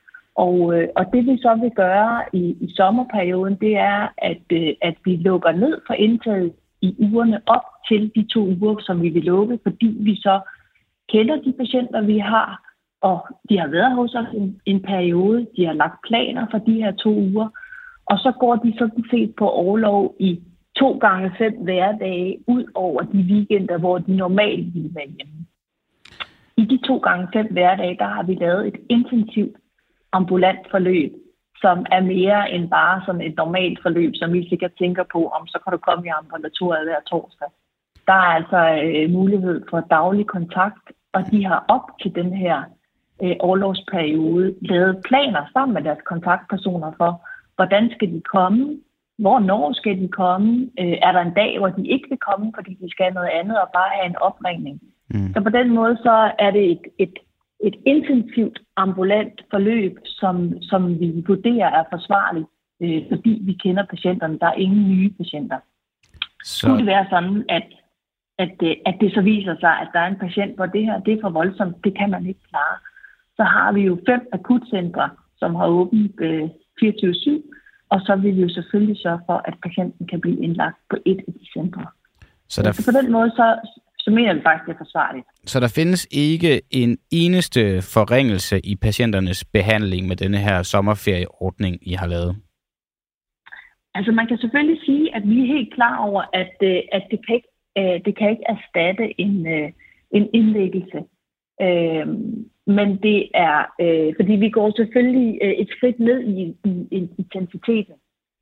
Og det vi så vil gøre i sommerperioden, det er, at vi lukker ned for indtaget i ugerne op til de 2 uger, som vi vil lukke, fordi vi så kender de patienter, vi har, og de har været hos os en periode, de har lagt planer for de her 2 uger, og så går de sådan set på orlov i 2 gange 5 hverdage ud over de weekender, hvor de normalt vil være hjemme. I de 2 gange 5 hverdage, der har vi lavet et intensivt ambulant forløb, som er mere end bare sådan et normalt forløb, som I sikkert tænker på, om så kan du komme i ambulatoriet hver torsdag. Der er altså mulighed for daglig kontakt, og de har op til den her orlovsperiode lavet planer sammen med deres kontaktpersoner for, hvordan skal de komme, hvornår skal de komme, er der en dag, hvor de ikke vil komme, fordi de skal noget andet og bare have en opringning. Så på den måde så er det et intensivt ambulant forløb, som vi vurderer er forsvarligt, fordi vi kender patienterne. Der er ingen nye patienter. Skulle det være sådan, at det så viser sig, at der er en patient, hvor det her det er for voldsomt, det kan man ikke klare, så har vi jo 5 akutcentre, som har åbent 24/7, og så vil vi jo selvfølgelig sørge for, at patienten kan blive indlagt på et af de centre. Så på den måde, så mener vi faktisk, det er forsvarligt. Så der findes ikke en eneste forringelse i patienternes behandling med denne her sommerferieordning, I har lavet? Altså man kan selvfølgelig sige, at vi er helt klar over, at det kan ikke erstatte en indlæggelse. Men det er, fordi vi går selvfølgelig et skridt ned i intensiteten.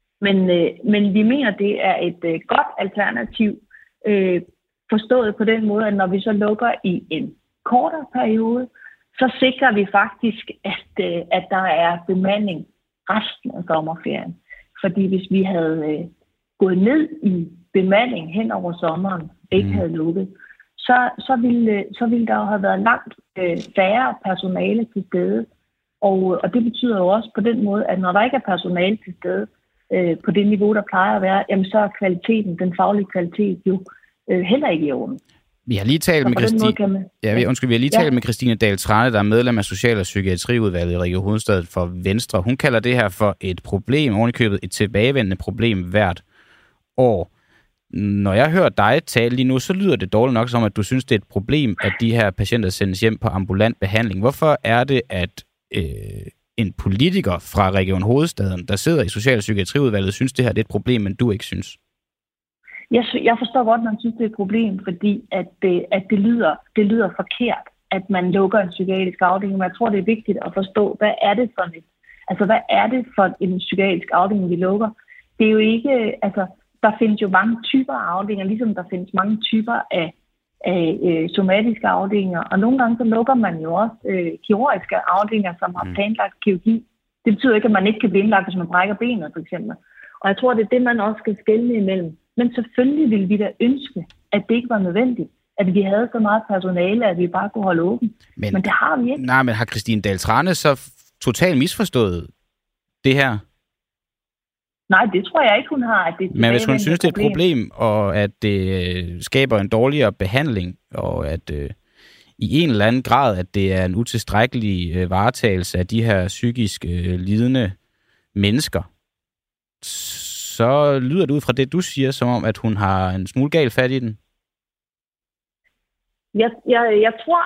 Men vi mener, det er et godt alternativ, forstået på den måde, at når vi så lukker i en kortere periode, så sikrer vi faktisk, at der er bemanding resten af sommerferien. Fordi hvis vi havde gået ned i bemanding hen over sommeren, ikke havde lukket, så ville der jo have været langt færre personale til stede. Og det betyder jo også på den måde, at når der ikke er personale til stede på det niveau, der plejer at være, jamen så er kvaliteten, den faglige kvalitet jo heller ikke i orden. Vi har lige talt med Christine Dahl Thrane, der er medlem af Social- og Psykiatriudvalget i Region Hovedstaden for Venstre. Hun kalder det her for et problem, ovenikøbet et tilbagevendende problem hvert år. Når jeg hører dig tale lige nu, så lyder det dårligt nok som, at du synes, det er et problem, at de her patienter sendes hjem på ambulant behandling. Hvorfor er det, at en politiker fra Region Hovedstaden, der sidder i Social- og Psykiatriudvalget, synes, det her det er et problem, men du ikke synes? Jeg forstår godt, at man synes, det er et problem, fordi at det lyder forkert, at man lukker en psykiatrisk afdeling. Men jeg tror, det er vigtigt at forstå, hvad er det for en psykiatrisk afdeling, vi lukker? Det er jo ikke, der findes jo mange typer af afdelinger, ligesom der findes mange typer af somatiske afdelinger. Og nogle gange så lukker man jo også kirurgiske afdelinger, som har planlagt kirurgi. Det betyder ikke, at man ikke kan blive indlagt, hvis man brækker benet, for eksempel. Og jeg tror, det er det, man også skal skelne imellem. Men selvfølgelig ville vi da ønske, at det ikke var nødvendigt. At vi havde så meget personale, at vi bare kunne holde åben. Men det har vi ikke. Nej, men har Christine Dahl Thrane så totalt misforstået det her? Nej, det tror jeg ikke, hun har. Men hvis hun synes, det er et problem, og at det skaber en dårligere behandling, og at i en eller anden grad, at det er en utilstrækkelig varetagelse af de her psykisk lidende mennesker, så lyder det ud fra det, du siger, som om, at hun har en smule galt fat i den. Jeg tror,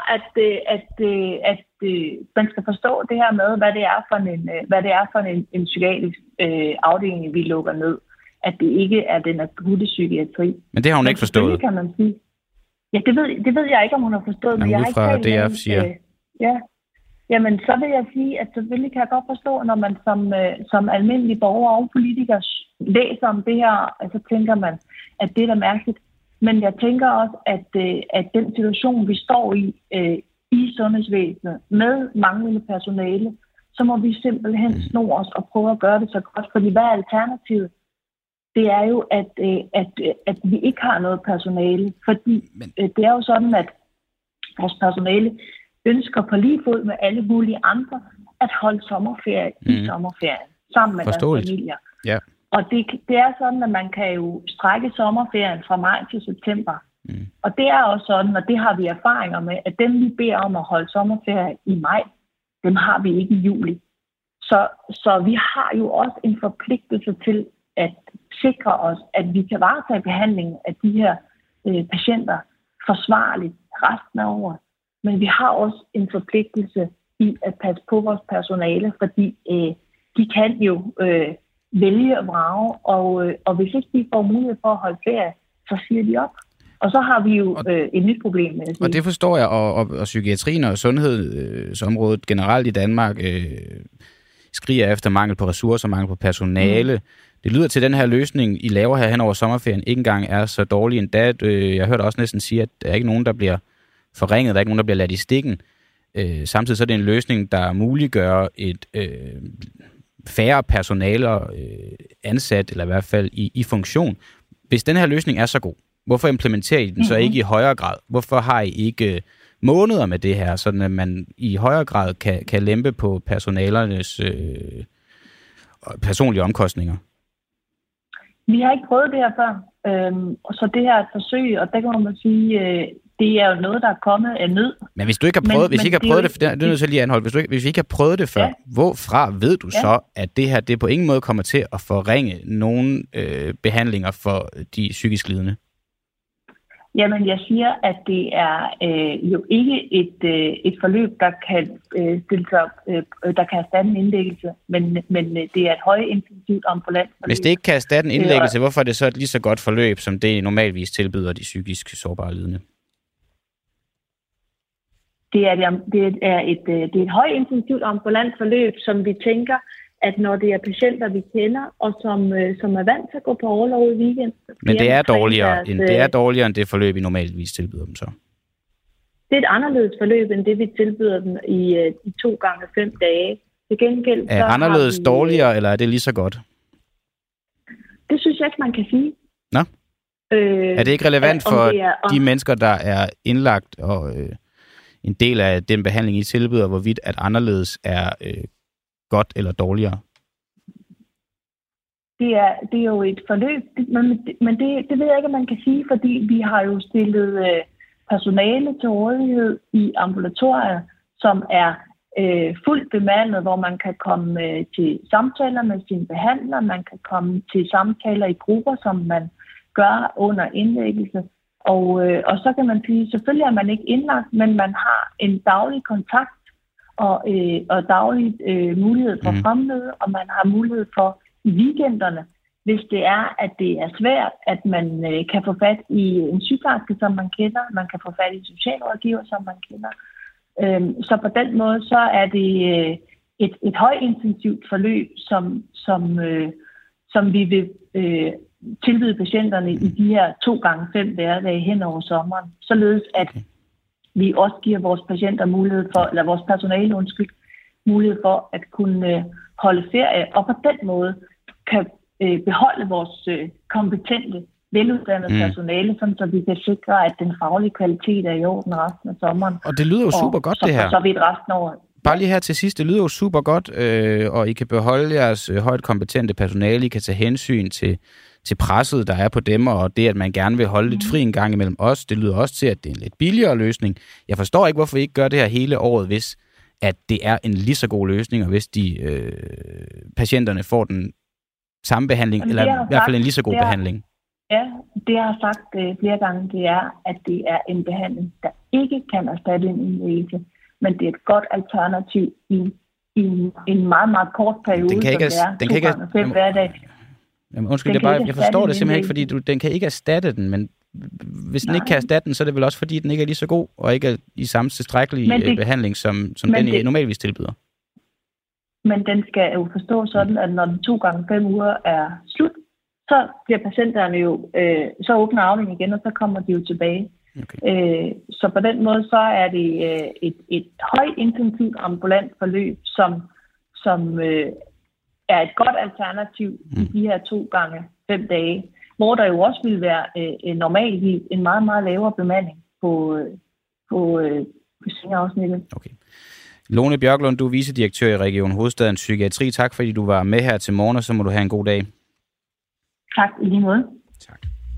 at man skal forstå det her med, hvad det er for en psykiatrisk afdeling, vi lukker ned. At det ikke er den akutte psykiatri. Men det har hun ikke forstået. Kan man sige. Ja, det ved jeg ikke, om hun har forstået. Men jeg har ikke fra DF siger. Jamen, så vil jeg sige, at selvfølgelig kan jeg godt forstå, når man som almindelig borger og politiker læser om det her, så tænker man, at det er da mærkeligt. Men jeg tænker også, at den situation, vi står i sundhedsvæsenet med manglende personale, så må vi simpelthen snor os og prøve at gøre det så godt. Fordi hvad er alternativet? Det er jo, at vi ikke har noget personale. Fordi det er jo sådan, at vores personale ønsker på lige fod med alle mulige andre at holde sommerferie i sommerferien sammen med deres familier. Ja. Og det er sådan, at man kan jo strække sommerferien fra maj til september. Og det er også sådan, og det har vi erfaringer med, at dem vi beder om at holde sommerferie i maj, dem har vi ikke i juli. Så vi har jo også en forpligtelse til at sikre os, at vi kan varetage behandlingen af de her patienter forsvarligt resten af året. Men vi har også en forpligtelse i at passe på vores personale, fordi de kan jo vælge at vrage, og hvis ikke de får mulighed for at holde ferie, så siger de op. Og så har vi jo et nyt problem med det. Og det forstår jeg, og psykiatrien og sundhedsområdet generelt i Danmark skriger efter mangel på ressourcer, mangel på personale. Det lyder til den her løsning, I laver her hen over sommerferien, ikke engang er så dårlig endda. Jeg hørte også næsten sige, at der er ikke nogen, der bliver forringet, der er ikke nogen, der bliver ladt i stikken. Samtidig så er det en løsning, der muliggør et færre personaler ansat, eller i hvert fald i funktion. Hvis den her løsning er så god, hvorfor implementerer I den så ikke i højere grad? Hvorfor har I ikke måneder med det her, så man i højere grad kan lempe på personalernes personlige omkostninger? Vi har ikke prøvet det her før, så det her er et forsøg, og der kan man sige, det er jo noget, der er kommet af nød. Men hvis du ikke har prøvet, hvis I ikke har prøvet det, det er nødt til lige at anholde. Hvis I ikke har prøvet det før, hvorfra ved du så, at det her det på ingen måde kommer til at forringe nogen behandlinger for de psykisk lidende? Jamen, jeg siger, at det er jo ikke et forløb, der kan stille sig, der kan erstatte en indlæggelse, men det er et højintensivt ambulant forløb. Hvis det ikke kan erstatte en indlæggelse, hvorfor er det så et lige så godt forløb, som det normalvis tilbyder de psykisk sårbare lidende? det er et højintensivt ambulant forløb, som vi tænker, at når det er patienter, vi kender, og som er vant til at gå på orlov i weekend. Men det er dårligere end det forløb, I normalvis tilbyder dem så? Det er et anderledes forløb, end det vi tilbyder dem i 2 gange 5 dage. Til gengæld, er anderledes dårligere, eller er det lige så godt? Det synes jeg ikke, man kan sige. Nå? Er det ikke relevant for de mennesker, der er indlagt, og en del af den behandling, I tilbyder, hvorvidt at anderledes er godt eller dårligere? Det er jo et forløb, men det ved jeg ikke, om man kan sige, fordi vi har jo stillet personale til rådighed i ambulatorier, som er fuldt bemandet, hvor man kan komme til samtaler med sine behandler, man kan komme til samtaler i grupper, som man gør under indlæggelse. Og så kan man sige, selvfølgelig er man ikke indlagt, men man har en daglig kontakt og daglig mulighed for fremmøde, og man har mulighed for i weekenderne, hvis det er, at det er svært, at man kan få fat i en sygeplejerske, som man kender, man kan få fat i en socialrådgiver, som man kender. Så på den måde, så er det et højintensivt forløb, som vi vil tilbyde patienterne i de her 2 gange 5 hverdage hen over sommeren, således at vi også giver vores patienter mulighed for, eller vores personale, mulighed for at kunne holde ferie, og på den måde kan beholde vores kompetente, veluddannede personale, så vi kan sikre, at den faglige kvalitet er i orden resten af sommeren. Og det lyder jo super godt, det her. Så vidt resten af året. Bare lige her til sidst, det lyder jo super godt, og I kan beholde jeres højt kompetente personale, I kan tage hensyn til presset, der er på dem, og det, at man gerne vil holde lidt fri en gang imellem os. Det lyder også til, at det er en lidt billigere løsning. Jeg forstår ikke, hvorfor I ikke gør det her hele året, hvis at det er en lige så god løsning, og hvis patienterne får den samme behandling, eller i hvert fald en lige så god behandling. Ja, det jeg har sagt flere gange, det er, at det er en behandling, der ikke kan erstatte en indlæggelse, men det er et godt alternativ i en meget, meget kort periode, den kan ikke, som det er 2 gange 5 hverdag. Jamen, undskyld, jeg forstår det simpelthen ikke, fordi den kan ikke erstatte den, men hvis den ikke kan erstatte den, så er det vel også, fordi den ikke er lige så god, og ikke er i samme tilstrækkelige behandling, som den I normalvis tilbyder. Men den skal jo forstå sådan, at når den 2 gange 5 uger er slut, så bliver patienterne jo, så åbner afdelingen igen, og så kommer de jo tilbage. Okay. Så på den måde, så er det et højintensivt ambulant forløb, som er et godt alternativ i de her 2 gange 5 dage, hvor der jo også vil være normalt en meget, meget lavere bemanding på sengeafsnittet. Okay. Lone Bjørklund, du er vicedirektør i Region Hovedstadens Psykiatri. Tak fordi du var med her til morgen, og så må du have en god dag. Tak, i lige måde. Tak.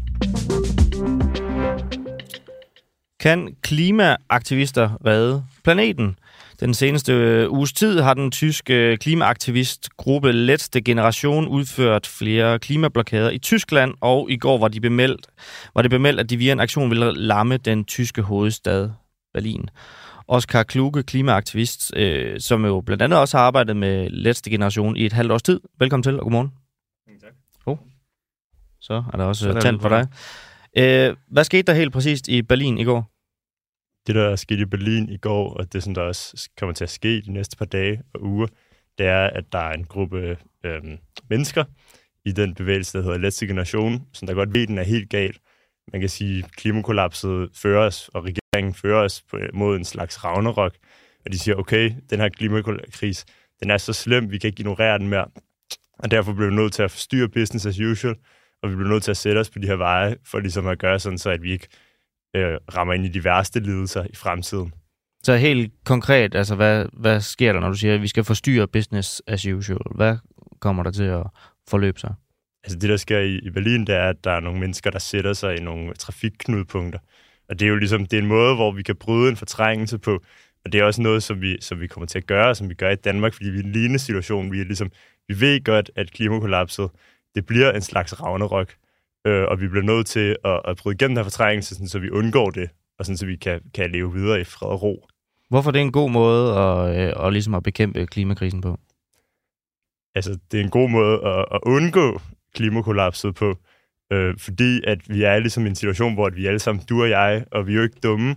Kan klimaaktivister redde planeten? Den seneste uges tid har den tyske klimaaktivistgruppe Letzte Generation udført flere klimablokader i Tyskland, og i går var det bemeldt, at de via en aktion ville lamme den tyske hovedstad Berlin. Oskar Kluge, klimaaktivist, som jo blandt andet også har arbejdet med Letzte Generation i et halvt års tid. Velkommen til, og godmorgen. Tak. Så er der også tand for dig. Hvad skete der helt præcist i Berlin i går? Det, der er sket i Berlin i går, og det, som der også kommer til at ske de næste par dage og uger, det er, at der er en gruppe mennesker i den bevægelse, der hedder Letzte Generation, som der godt ved, den er helt gal. Man kan sige, at klimakollapset fører os, og regeringen fører os mod en slags ragnarok. Og de siger, okay, den her klimakris, den er så slem, vi kan ikke ignorere den mere. Og derfor bliver vi nødt til at forstyrre business as usual, og vi bliver nødt til at sætte os på de her veje, for ligesom at gøre sådan, så at vi ikke rammer ind i de værste lidelser i fremtiden. Så helt konkret, altså hvad sker der, når du siger, at vi skal forstyrre business as usual? Hvad kommer der til at forløbe sig? Altså det, der sker i Berlin, det er, at der er nogle mennesker, der sætter sig i nogle trafikknudpunkter. Og det er jo ligesom, det er en måde, hvor vi kan bryde en fortrængelse på. Og det er også noget, som vi kommer til at gøre, som vi gør i Danmark, fordi vi er i en lignende situation. Vi ved godt, at klimakollapset, det bliver en slags ragnarok. Og vi bliver nødt til at bryde igennem den her fortrængelse, så vi undgår det, og sådan, så vi kan leve videre i fred og ro. Hvorfor er det en god måde at ligesom at bekæmpe klimakrisen på? Altså, det er en god måde at undgå klimakollapset på, fordi at vi er ligesom i en situation, hvor vi alle sammen, du og jeg, og vi er jo ikke dumme,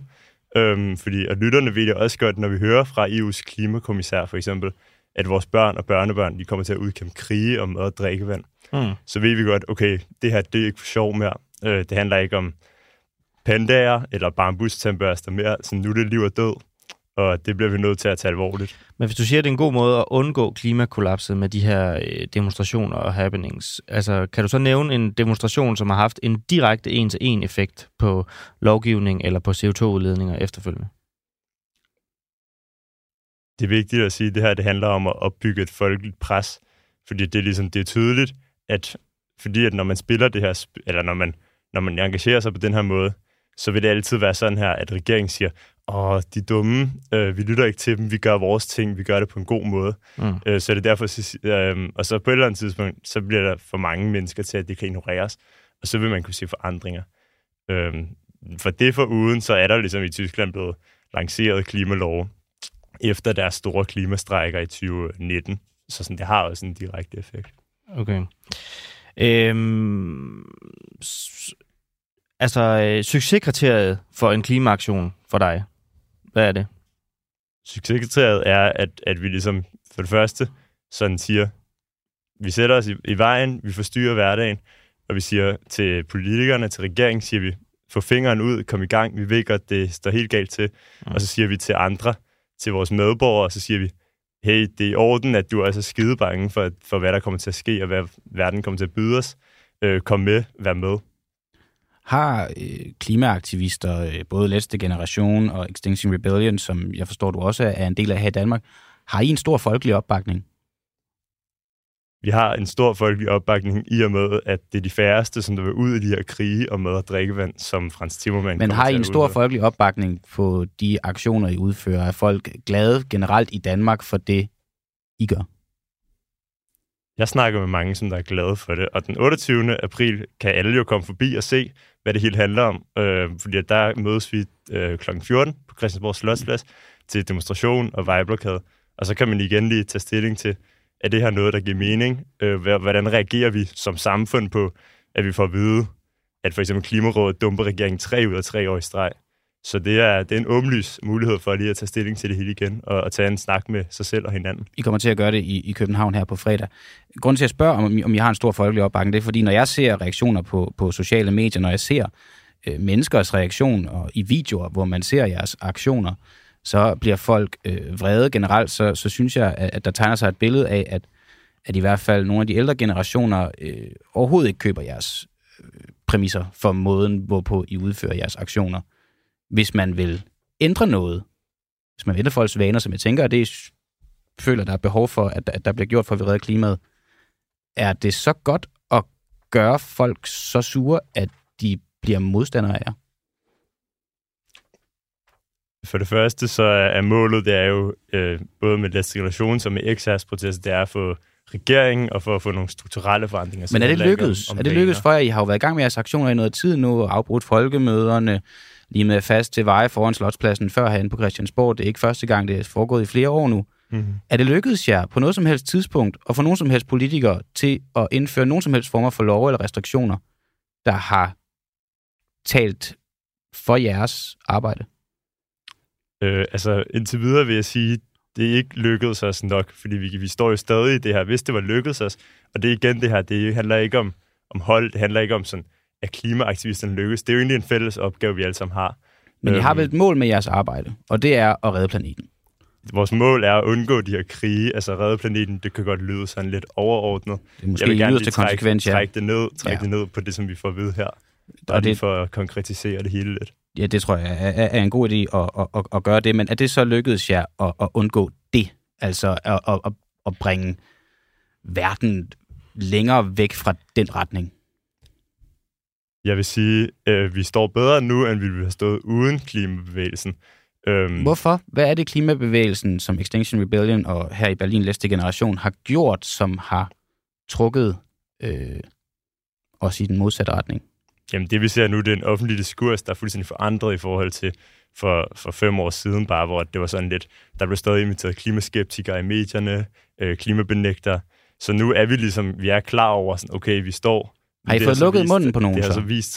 Og lytterne ved det også godt, når vi hører fra EU's klimakommissær for eksempel, at vores børn og børnebørn, de kommer til at udkæmpe krige om mad og drikkevand. Så ved vi godt, okay, det her, det er ikke for sjov mere. Det handler ikke om pandaer eller bambustandbørster mere, så nu er det liv og død. Og det bliver vi nødt til at tage alvorligt. Men hvis du siger, at det er en god måde at undgå klimakollapset med de her demonstrationer og happenings, altså kan du så nævne en demonstration, som har haft en direkte en-til-en effekt på lovgivning eller på CO2-udledninger efterfølgende? Det er vigtigt at sige, at det her det handler om at opbygge et folkeligt pres, fordi det er tydeligt, at når man spiller det her, eller når man engagerer sig på den her måde, så vil det altid være sådan her, at regeringen siger, de er dumme, vi lytter ikke til dem, vi gør vores ting, vi gør det på en god måde. Så det er derfor, og så på et eller andet tidspunkt, så bliver der for mange mennesker til, at det kan ignoreres, og så vil man kunne se forandringer. For det foruden, så er der ligesom i Tyskland blevet lanceret klimalov efter deres store klimastrejker i 2019, så sådan, det har også en direkte effekt. Okay. Succeskriteriet for en klimaaktion for dig, hvad er det? Succeskriteriet er, at vi ligesom for det første sådan siger, vi sætter os i vejen, vi forstyrrer hverdagen, og vi siger til politikerne, til regeringen, siger vi, få fingeren ud, kom i gang, vi ved godt, det står helt galt til, og så siger vi til andre, til vores medborgere, og så siger vi, hey, det er i orden, at du er så skide bange for, hvad der kommer til at ske, og hvad verden kommer til at byde os. Kom med, vær med. Har klimaaktivister, både Letzte Generation og Extinction Rebellion, som jeg forstår, du også er en del af her i Danmark, har I en stor folkelig opbakning? Vi har en stor folkelig opbakning i og med, at det er de færreste, som der vil ud i de her krige og mad og drikkevand, som Frans Timmermann. Men har I en stor folkelig opbakning på de aktioner, I udfører? Er folk glade generelt i Danmark for det, I gør? Jeg snakker med mange, som der er glade for det, og den 28. april kan alle jo komme forbi og se, hvad det hele handler om, fordi der mødes vi kl. 14 på Christiansborg Slotsplads til demonstration og vejblokade, og så kan man igen lige tage stilling til, er det her noget, der giver mening? Hvordan reagerer vi som samfund på, at vi får at vide, at for eksempel Klimarådet dumper regeringen 3 ud af 3 år i streg? Så det er en åbenlys mulighed for lige at tage stilling til det hele igen, og tage en snak med sig selv og hinanden. I kommer til at gøre det i København her på fredag. Grunden til at spørge, om I har en stor folkelig opbakning, det er, fordi når jeg ser reaktioner på sociale medier, når jeg ser menneskers reaktioner i videoer, hvor man ser jeres aktioner, så bliver folk vrede generelt, så synes jeg, at der tegner sig et billede af, at i hvert fald nogle af de ældre generationer overhovedet ikke køber jeres præmisser for måden, hvorpå I udfører jeres aktioner. Hvis man vil ændre noget, hvis man vil ændre folks vaner, som jeg tænker, at det føler, der er behov for, at der bliver gjort for at vi redder klimaet, er det så godt at gøre folk så sure, at de bliver modstandere af jer? For det første, så er målet, det er jo både med Letzte Generation som med eksarsprotest, det er at få regeringen og for at få nogle strukturelle forandringer. Men er det lykkedes? Er det lykkedes for jer? I har jo været i gang med jeres aktioner i noget tid nu, og afbrudt folkemøderne, lige med fast til veje foran Slotspladsen før herinde på Christiansborg. Det er ikke første gang, det er foregået i flere år nu. Mm-hmm. Er det lykkedes jer på noget som helst tidspunkt, og få nogen som helst politikere til at indføre nogen som helst former for lov eller restriktioner, der har talt for jeres arbejde? Indtil videre vil jeg sige, det er ikke lykkedes os nok, fordi vi står jo stadig i det her, hvis det var lykkedes os. Og det er igen det her, det handler ikke om hold, det handler ikke om sådan, at klimaaktivisterne lykkes. Det er jo egentlig en fælles opgave, vi alle sammen har. Men I har vel et mål med jeres arbejde, og det er at redde planeten? Vores mål er at undgå de her krige, altså redde planeten, det kan godt lyde sådan lidt overordnet. Det er måske jeg vil gerne lige trække det ned på det, som vi får at vide her. Og det for at konkretisere det hele lidt. Ja, det tror jeg er en god idé at gøre det, men er det så lykkedes jer at undgå det? Altså at bringe verden længere væk fra den retning? Jeg vil sige, vi står bedre nu, end vi ville have stået uden klimabevægelsen. Hvorfor? Hvad er det klimabevægelsen, som Extinction Rebellion og her i Berlin Letzte Generation har gjort, som har trukket os i den modsatte retning? Jamen det vi ser nu, det er en offentlig diskurs, der er fuldstændig forandret i forhold til for 5 år siden bare, hvor det var sådan lidt, der blev stadig inviteret klimaskeptikere i medierne, klimabenægtere. Så nu er vi ligesom, vi er klar over sådan, okay, vi står. Har I fået lukket munden på nogen? Det har så vist sig,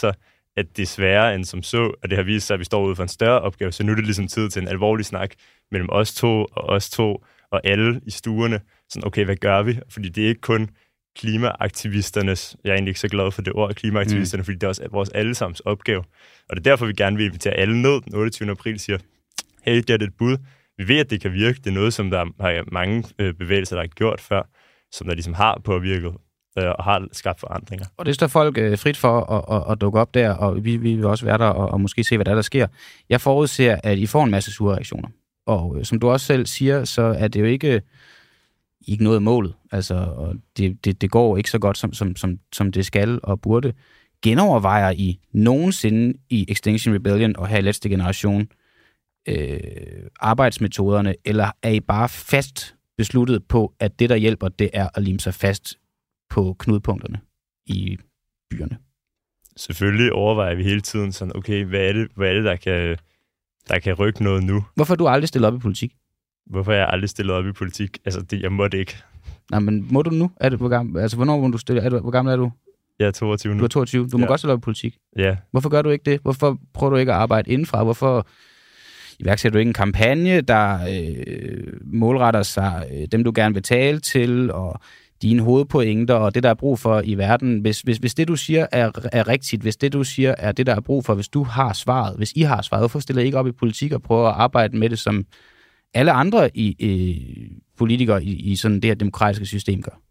at det er sværere end som så, og det har vist sig, at vi står ude for en større opgave, så nu er det ligesom tid til en alvorlig snak mellem os to og alle i stuerne. Sådan, okay, hvad gør vi? Fordi det er ikke kun klimaaktivisternes, jeg er egentlig ikke så glad for det ord, klimaaktivisterne, fordi det er også vores allesammens opgave. Og det er derfor, vi gerne vil invitere alle ned den 28. april, siger, hey, det er et bud. Vi ved, at det kan virke. Det er noget, som der har mange bevægelser, der har gjort før, som der ligesom har påvirket og har skabt forandringer. Og det står folk frit for at dukke op der, og vi vil også være der og måske se, hvad der sker. Jeg forudser, at I får en masse sure reaktioner. Og som du også selv siger, så er det jo ikke noget af målet. Altså, og det går ikke så godt, som det skal og burde. Genovervejer I nogensinde i Extinction Rebellion og her i Letzte Generation arbejdsmetoderne, eller er I bare fast besluttet på, at det, der hjælper, det er at lime sig fast på knudepunkterne i byerne? Selvfølgelig overvejer vi hele tiden sådan, okay, hvad er det der kan rykke noget nu? Hvorfor har du aldrig stillet op i politik? Hvorfor har jeg aldrig stillet op i politik? Altså, jeg måtte ikke. Nej, men må du nu? Hvornår må du stille? Hvor gammel er du? Jeg er 22 nu. Du er 22. Du må godt stille op i politik. Ja. Hvorfor gør du ikke det? Hvorfor prøver du ikke at arbejde indenfra? Hvorfor iværksætter du ikke en kampagne, der målretter sig dem, du gerne vil tale til, og dine hovedpointer, og det, der er brug for i verden? Hvis det, du siger, er rigtigt, hvis det, du siger, er det, der er brug for, hvis I har svaret, hvorfor stiller I ikke op i politik og prøver at arbejde med det, som alle andre politikere i sådan det her demokratiske system gør?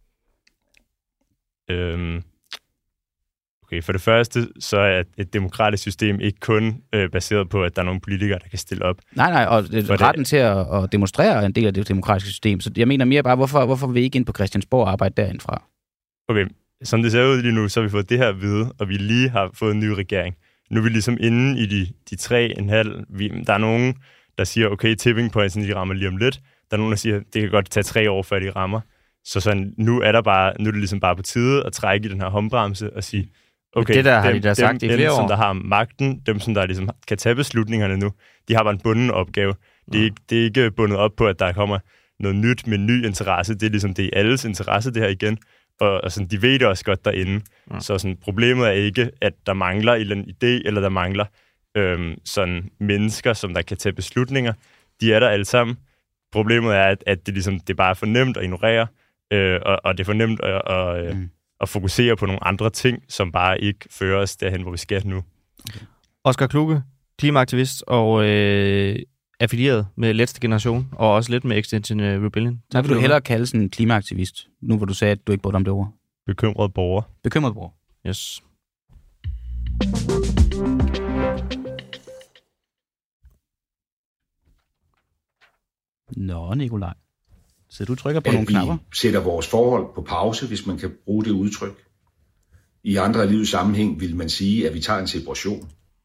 Okay, for det første, så er et demokratisk system ikke kun baseret på, at der er nogle politikere, der kan stille op. Nej, og retten til at demonstrere er en del af det demokratiske system. Så jeg mener mere bare, hvorfor vil I ikke ind på Christiansborg og arbejde derindfra? Okay, som det ser ud lige nu, så har vi fået det her at vide, og vi lige har fået en ny regering. Nu er vi ligesom inde i de 3,5. Der er nogen, der siger, okay, tipping points, de rammer lige om lidt. Der er nogen, der siger, det kan godt tage 3 år, før de rammer. Så sådan, nu er det ligesom bare på tide at trække i den her håndbremse og sige, okay, det der har de da sagt i flere år. Dem, som der har magten, dem, som der ligesom kan tage beslutningerne nu, de har bare en bunden opgave. Det er ikke bundet op på, at der kommer noget nyt med ny interesse. Det er ligesom, det er alles interesse, det her igen. Og sådan, de ved det også godt derinde. Så sådan, problemet er ikke, at der mangler en eller anden idé, eller der mangler sådan mennesker, som der kan tage beslutninger. De er der alle sammen. Problemet er, at det ligesom, det bare er for nemt at ignorere, og det er for nemt at fokusere på nogle andre ting, som bare ikke fører os derhen, hvor vi skal nu. Okay. Oskar Kluge, klimaaktivist og affilieret med Letzte Generation, og også lidt med Extinction Rebellion. Hvad vil du hellere kalde sådan en klimaaktivist, nu hvor du sagde, at du ikke brugte om det ord? Bekymret borger. Bekymret borger. Yes. Nå, Nikolaj. Så du trykker på nogle knapper? Vi sætter vores forhold på pause, hvis man kan bruge det udtryk. I andre af livets sammenhæng vil man sige, at vi tager en separation.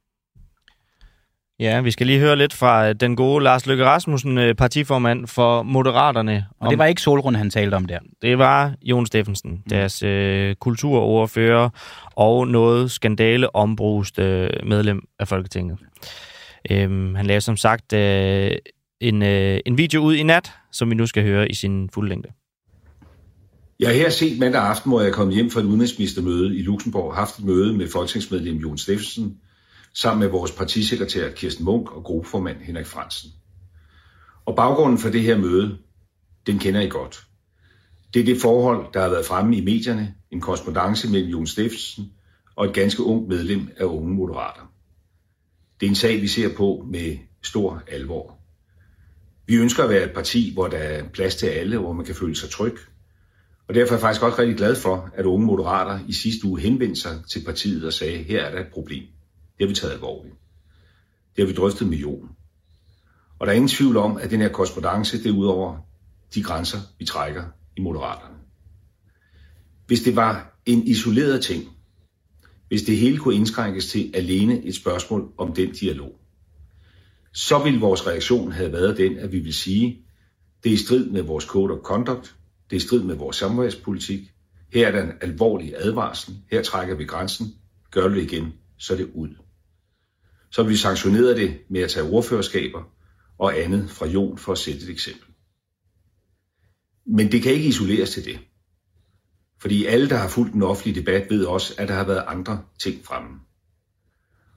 Ja, vi skal lige høre lidt fra den gode Lars Løkke Rasmussen, partiformand for Moderaterne. Og det var ikke Solrund, han talte om der. Det var Jon Steffensen, deres kulturordfører og noget skandale ombrust medlem af Folketinget. Han lavede som sagt en video ud i nat, som vi nu skal høre i sin fulde længde. Jeg har her set mandag aften, hvor jeg er kommet hjem fra et udenrigsministermøde i Luxembourg, haft et møde med folketingsmedlem Jon Steffensen, sammen med vores partisekretær Kirsten Munk og gruppeformand Henrik Frandsen. Og baggrunden for det her møde, den kender I godt. Det er det forhold, der har været fremme i medierne, en korrespondance mellem Jon Steffensen og et ganske ungt medlem af Unge Moderater. Det er en sag, vi ser på med stor alvor. Vi ønsker at være et parti, hvor der er plads til alle, hvor man kan føle sig tryg. Og derfor er jeg faktisk også rigtig glad for, at Unge Moderater i sidste uge henvendte sig til partiet og sagde, her er der et problem. Det har vi taget alvorligt. Det har vi drøftet med Jon. Og der er ingen tvivl om, at den her korrespondance, det er ud over de grænser, vi trækker i Moderaterne. Hvis det var en isoleret ting, hvis det hele kunne indskrænkes til alene et spørgsmål om den dialog, så ville vores reaktion have været den, at vi vil sige, det er i strid med vores code of conduct, det er i strid med vores samværspolitik, her er der en alvorlig advarsel, her trækker vi grænsen, gør det igen, så er det ud. Så vil vi sanktionere det med at tage ordførerskaber og andet fra Jon for at sætte et eksempel. Men det kan ikke isoleres til det. Fordi alle, der har fulgt den offentlige debat, ved også, at der har været andre ting fremme.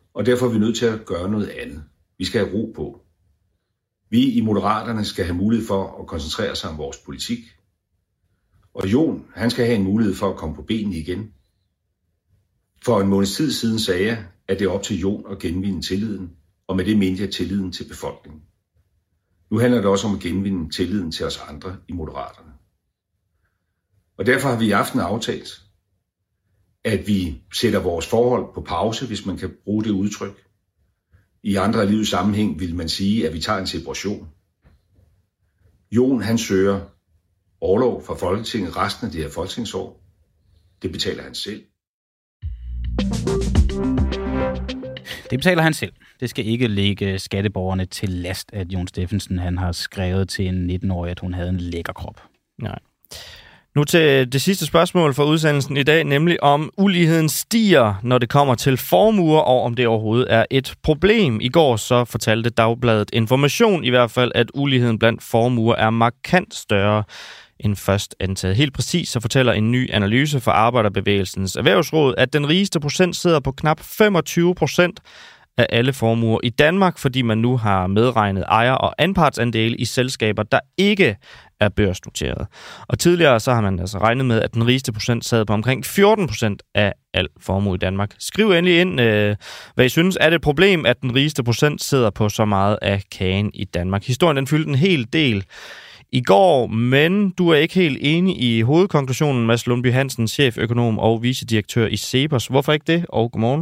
Og derfor er vi nødt til at gøre noget andet. Vi skal have ro på. Vi i Moderaterne skal have mulighed for at koncentrere sig om vores politik. Og Jon, han skal have en mulighed for at komme på benene igen. For en måneds tid siden sagde jeg, at det er op til Jon at genvinde tilliden, og med det mente jeg tilliden til befolkningen. Nu handler det også om at genvinde tilliden til os andre i Moderaterne. Og derfor har vi i aften aftalt, at vi sætter vores forhold på pause, hvis man kan bruge det udtryk. I andre af livets sammenhæng vil man sige, at vi tager en separation. Jon, han søger orlov fra Folketinget resten af det her folketingsår. Det betaler han selv. Det betaler han selv. Det skal ikke ligge skatteborgerne til last, at Jon Steffensen han har skrevet til en 19-årig, at hun havde en lækker krop. Nej. Nu til det sidste spørgsmål for udsendelsen i dag, nemlig om uligheden stiger, når det kommer til formuer, og om det overhovedet er et problem. I går så fortalte Dagbladet Information i hvert fald, at uligheden blandt formuer er markant større end først antaget. Helt præcis så fortæller en ny analyse fra Arbejderbevægelsens Erhvervsråd, at den rigeste procent sidder på knap 25% af alle formuer i Danmark, fordi man nu har medregnet ejer- og anpartsandele i selskaber, der ikke er børsnoteret. Og tidligere så har man altså regnet med, at den rigeste procent sad på omkring 14% af al formue i Danmark. Skriv endelig ind, hvad I synes. Er det et problem, at den rigeste procent sidder på så meget af kagen i Danmark? Historien den fyldte en hel del i går, men du er ikke helt enig i hovedkonklusionen, Mads Lundby Hansen, cheføkonom og vicedirektør i CEPOS. Hvorfor ikke det? Og godmorgen.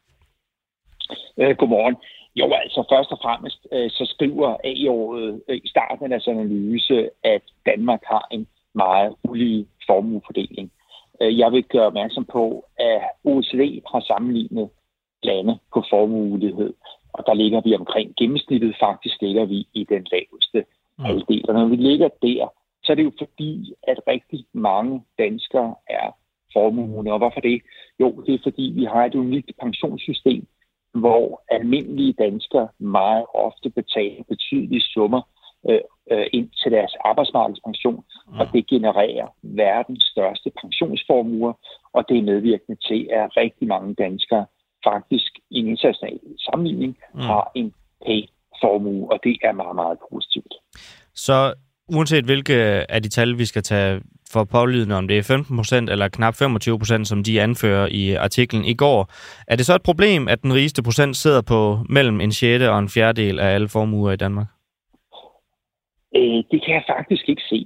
Godmorgen. Jo, altså først og fremmest så skriver A-året i starten af deres analyse, at Danmark har en meget ulige formuefordeling. Jeg vil gøre opmærksom på, at OECD har sammenlignet lande på formueulighed, og der ligger vi omkring gennemsnittet. Faktisk ligger vi i den laveste halvdel. Og når vi ligger der, så er det jo fordi, at rigtig mange danskere er formuende. Og hvorfor det? Jo, det er fordi, vi har et unikt pensionssystem, hvor almindelige danskere meget ofte betaler betydelige summer ind til deres arbejdsmarkedspension, og det genererer verdens største pensionsformuer, og det er medvirkende til, at rigtig mange danskere faktisk i en international sammenligning har en pæn formue, og det er meget, meget positivt. Så uanset hvilke af de tal, vi skal tage for pålydende, om det er 15% eller knap 25%, som de anfører i artiklen i går, er det så et problem, at den rigeste procent sidder på mellem en sjette og en fjerdedel af alle formuer i Danmark? Det kan jeg faktisk ikke se.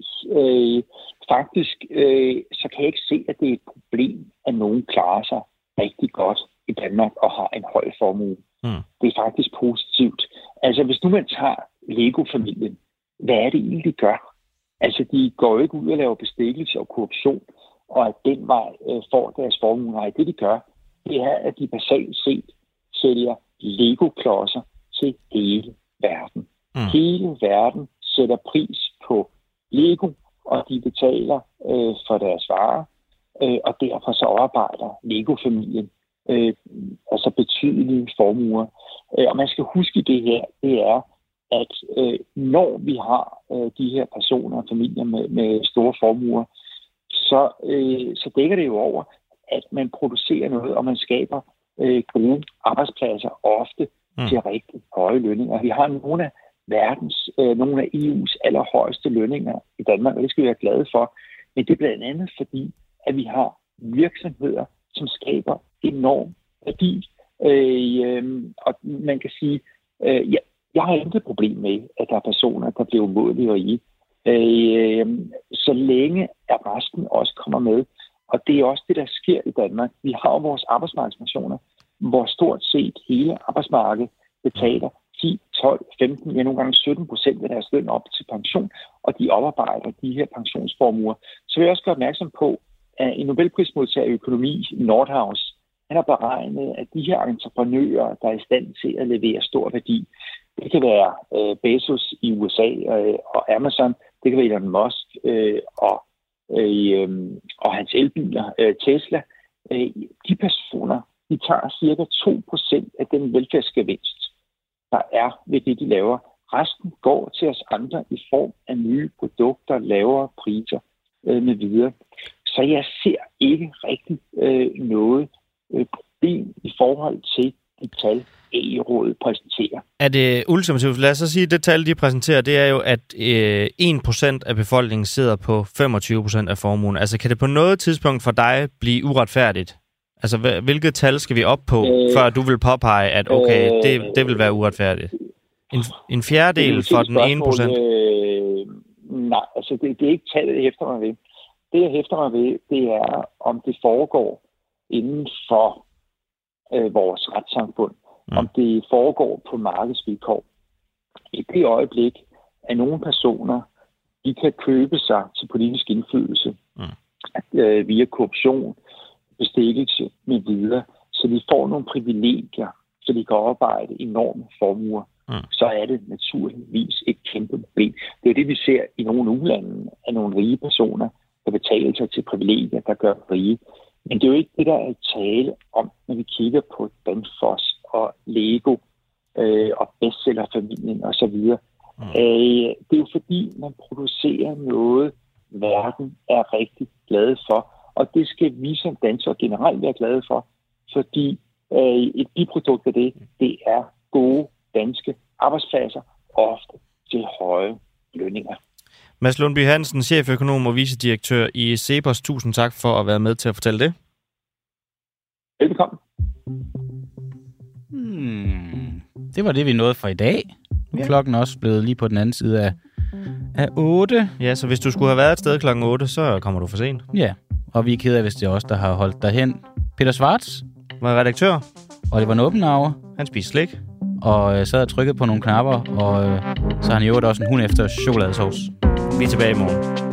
Så kan jeg ikke se, at det er et problem, at nogen klarer sig rigtig godt i Danmark og har en høj formue. Det er faktisk positivt. Altså, hvis nu man tager Lego-familien, hvad er det egentlig, de gør? Altså, de går jo ikke ud og laver bestikkelse og korruption, og at den vej får deres formue. Nej, det de gør, det er, at de basalt set sælger Lego-klodser til hele verden. Hele verden sætter pris på Lego, og de betaler for deres varer, og derfor så arbejder Lego-familien altså betydelige formuer. Og man skal huske det her, det er, at når vi har de her personer og familier med store formuer, så dækker det jo over, at man producerer noget, og man skaber gode arbejdspladser, ofte til rigtig høje lønninger. Vi har nogle af EU's allerhøjeste lønninger i Danmark, og det skal vi være glade for. Men det er blandt andet fordi, at vi har virksomheder, som skaber enorm værdi. Og man kan sige, jeg har intet problem med, at der er personer, der bliver umådelige rige. Så længe at resten også kommer med. Og det er også det, der sker i Danmark. Vi har vores arbejdsmarkedspensioner, hvor stort set hele arbejdsmarkedet betaler 10, 12, 15, ja nogle gange 17% af deres løn op til pension, og de oparbejder de her pensionsformuer. Så vil jeg også gøre opmærksom på, at en Nobelprismodtager i økonomi, Nordhaus, han har beregnet, at de her entreprenører, der er i stand til at levere stor værdi, det kan være Bezos i USA og Amazon, det kan være Elon Musk og hans elbiler, Tesla. De personer, de tager cirka 2% af den velfærdsgevinst, der er ved det, de laver. Resten går til os andre i form af nye produkter, lavere priser med videre. Så jeg ser ikke rigtig noget problem i forhold til, de tal, AI-rådet præsenterer. Er det ultimativt? Lad os så sige, at det tal, de præsenterer, det er jo, at 1% af befolkningen sidder på 25% af formuen. Altså, kan det på noget tidspunkt for dig blive uretfærdigt? Altså, hvilket tal skal vi op på, før du vil påpege, at okay, det vil være uretfærdigt? En fjerdedel for den 1%? Nej, altså det er ikke tallet, jeg hæfter mig ved. Det, jeg hæfter mig ved, det er, om det foregår inden for vores retssamfund. Om det foregår på markedsvilkår. I det øjeblik, at nogle personer, de kan købe sig til politisk indflydelse via korruption, bestikkelse med videre, så de får nogle privilegier, så de kan arbejde enorme formuer, så er det naturligvis et kæmpe problem. Det er det, vi ser i nogle ulande, af nogle rige personer, der betaler sig til privilegier, der gør rige. Men det er jo ikke det, der er tale om, når vi kigger på Danfoss og Lego og bestsellerfamilien osv. Det er jo fordi, man producerer noget, verden er rigtig glad for. Og det skal vi som danskere generelt være glade for, fordi et biprodukt af det er gode danske arbejdspladser, ofte til høje lønninger. Mads Lundby Hansen, cheføkonom og vicedirektør i CEPOS. Tusind tak for at være med til at fortælle det. Velkommen. Det var det, vi nåede for i dag. Nu er klokken også blevet lige på den anden side af 8. Ja, så hvis du skulle have været et sted klokken 8, så kommer du for sent. Ja, og vi er ked af, hvis det er os, der har holdt dig hen. Peter Schwartz var redaktør. Oliver Noppenauer. Han spiste slik. Og så havde trykket på nogle knapper, og så har han i øvrigt også en hund efter chokoladesauce. Vi er tilbage i morgen.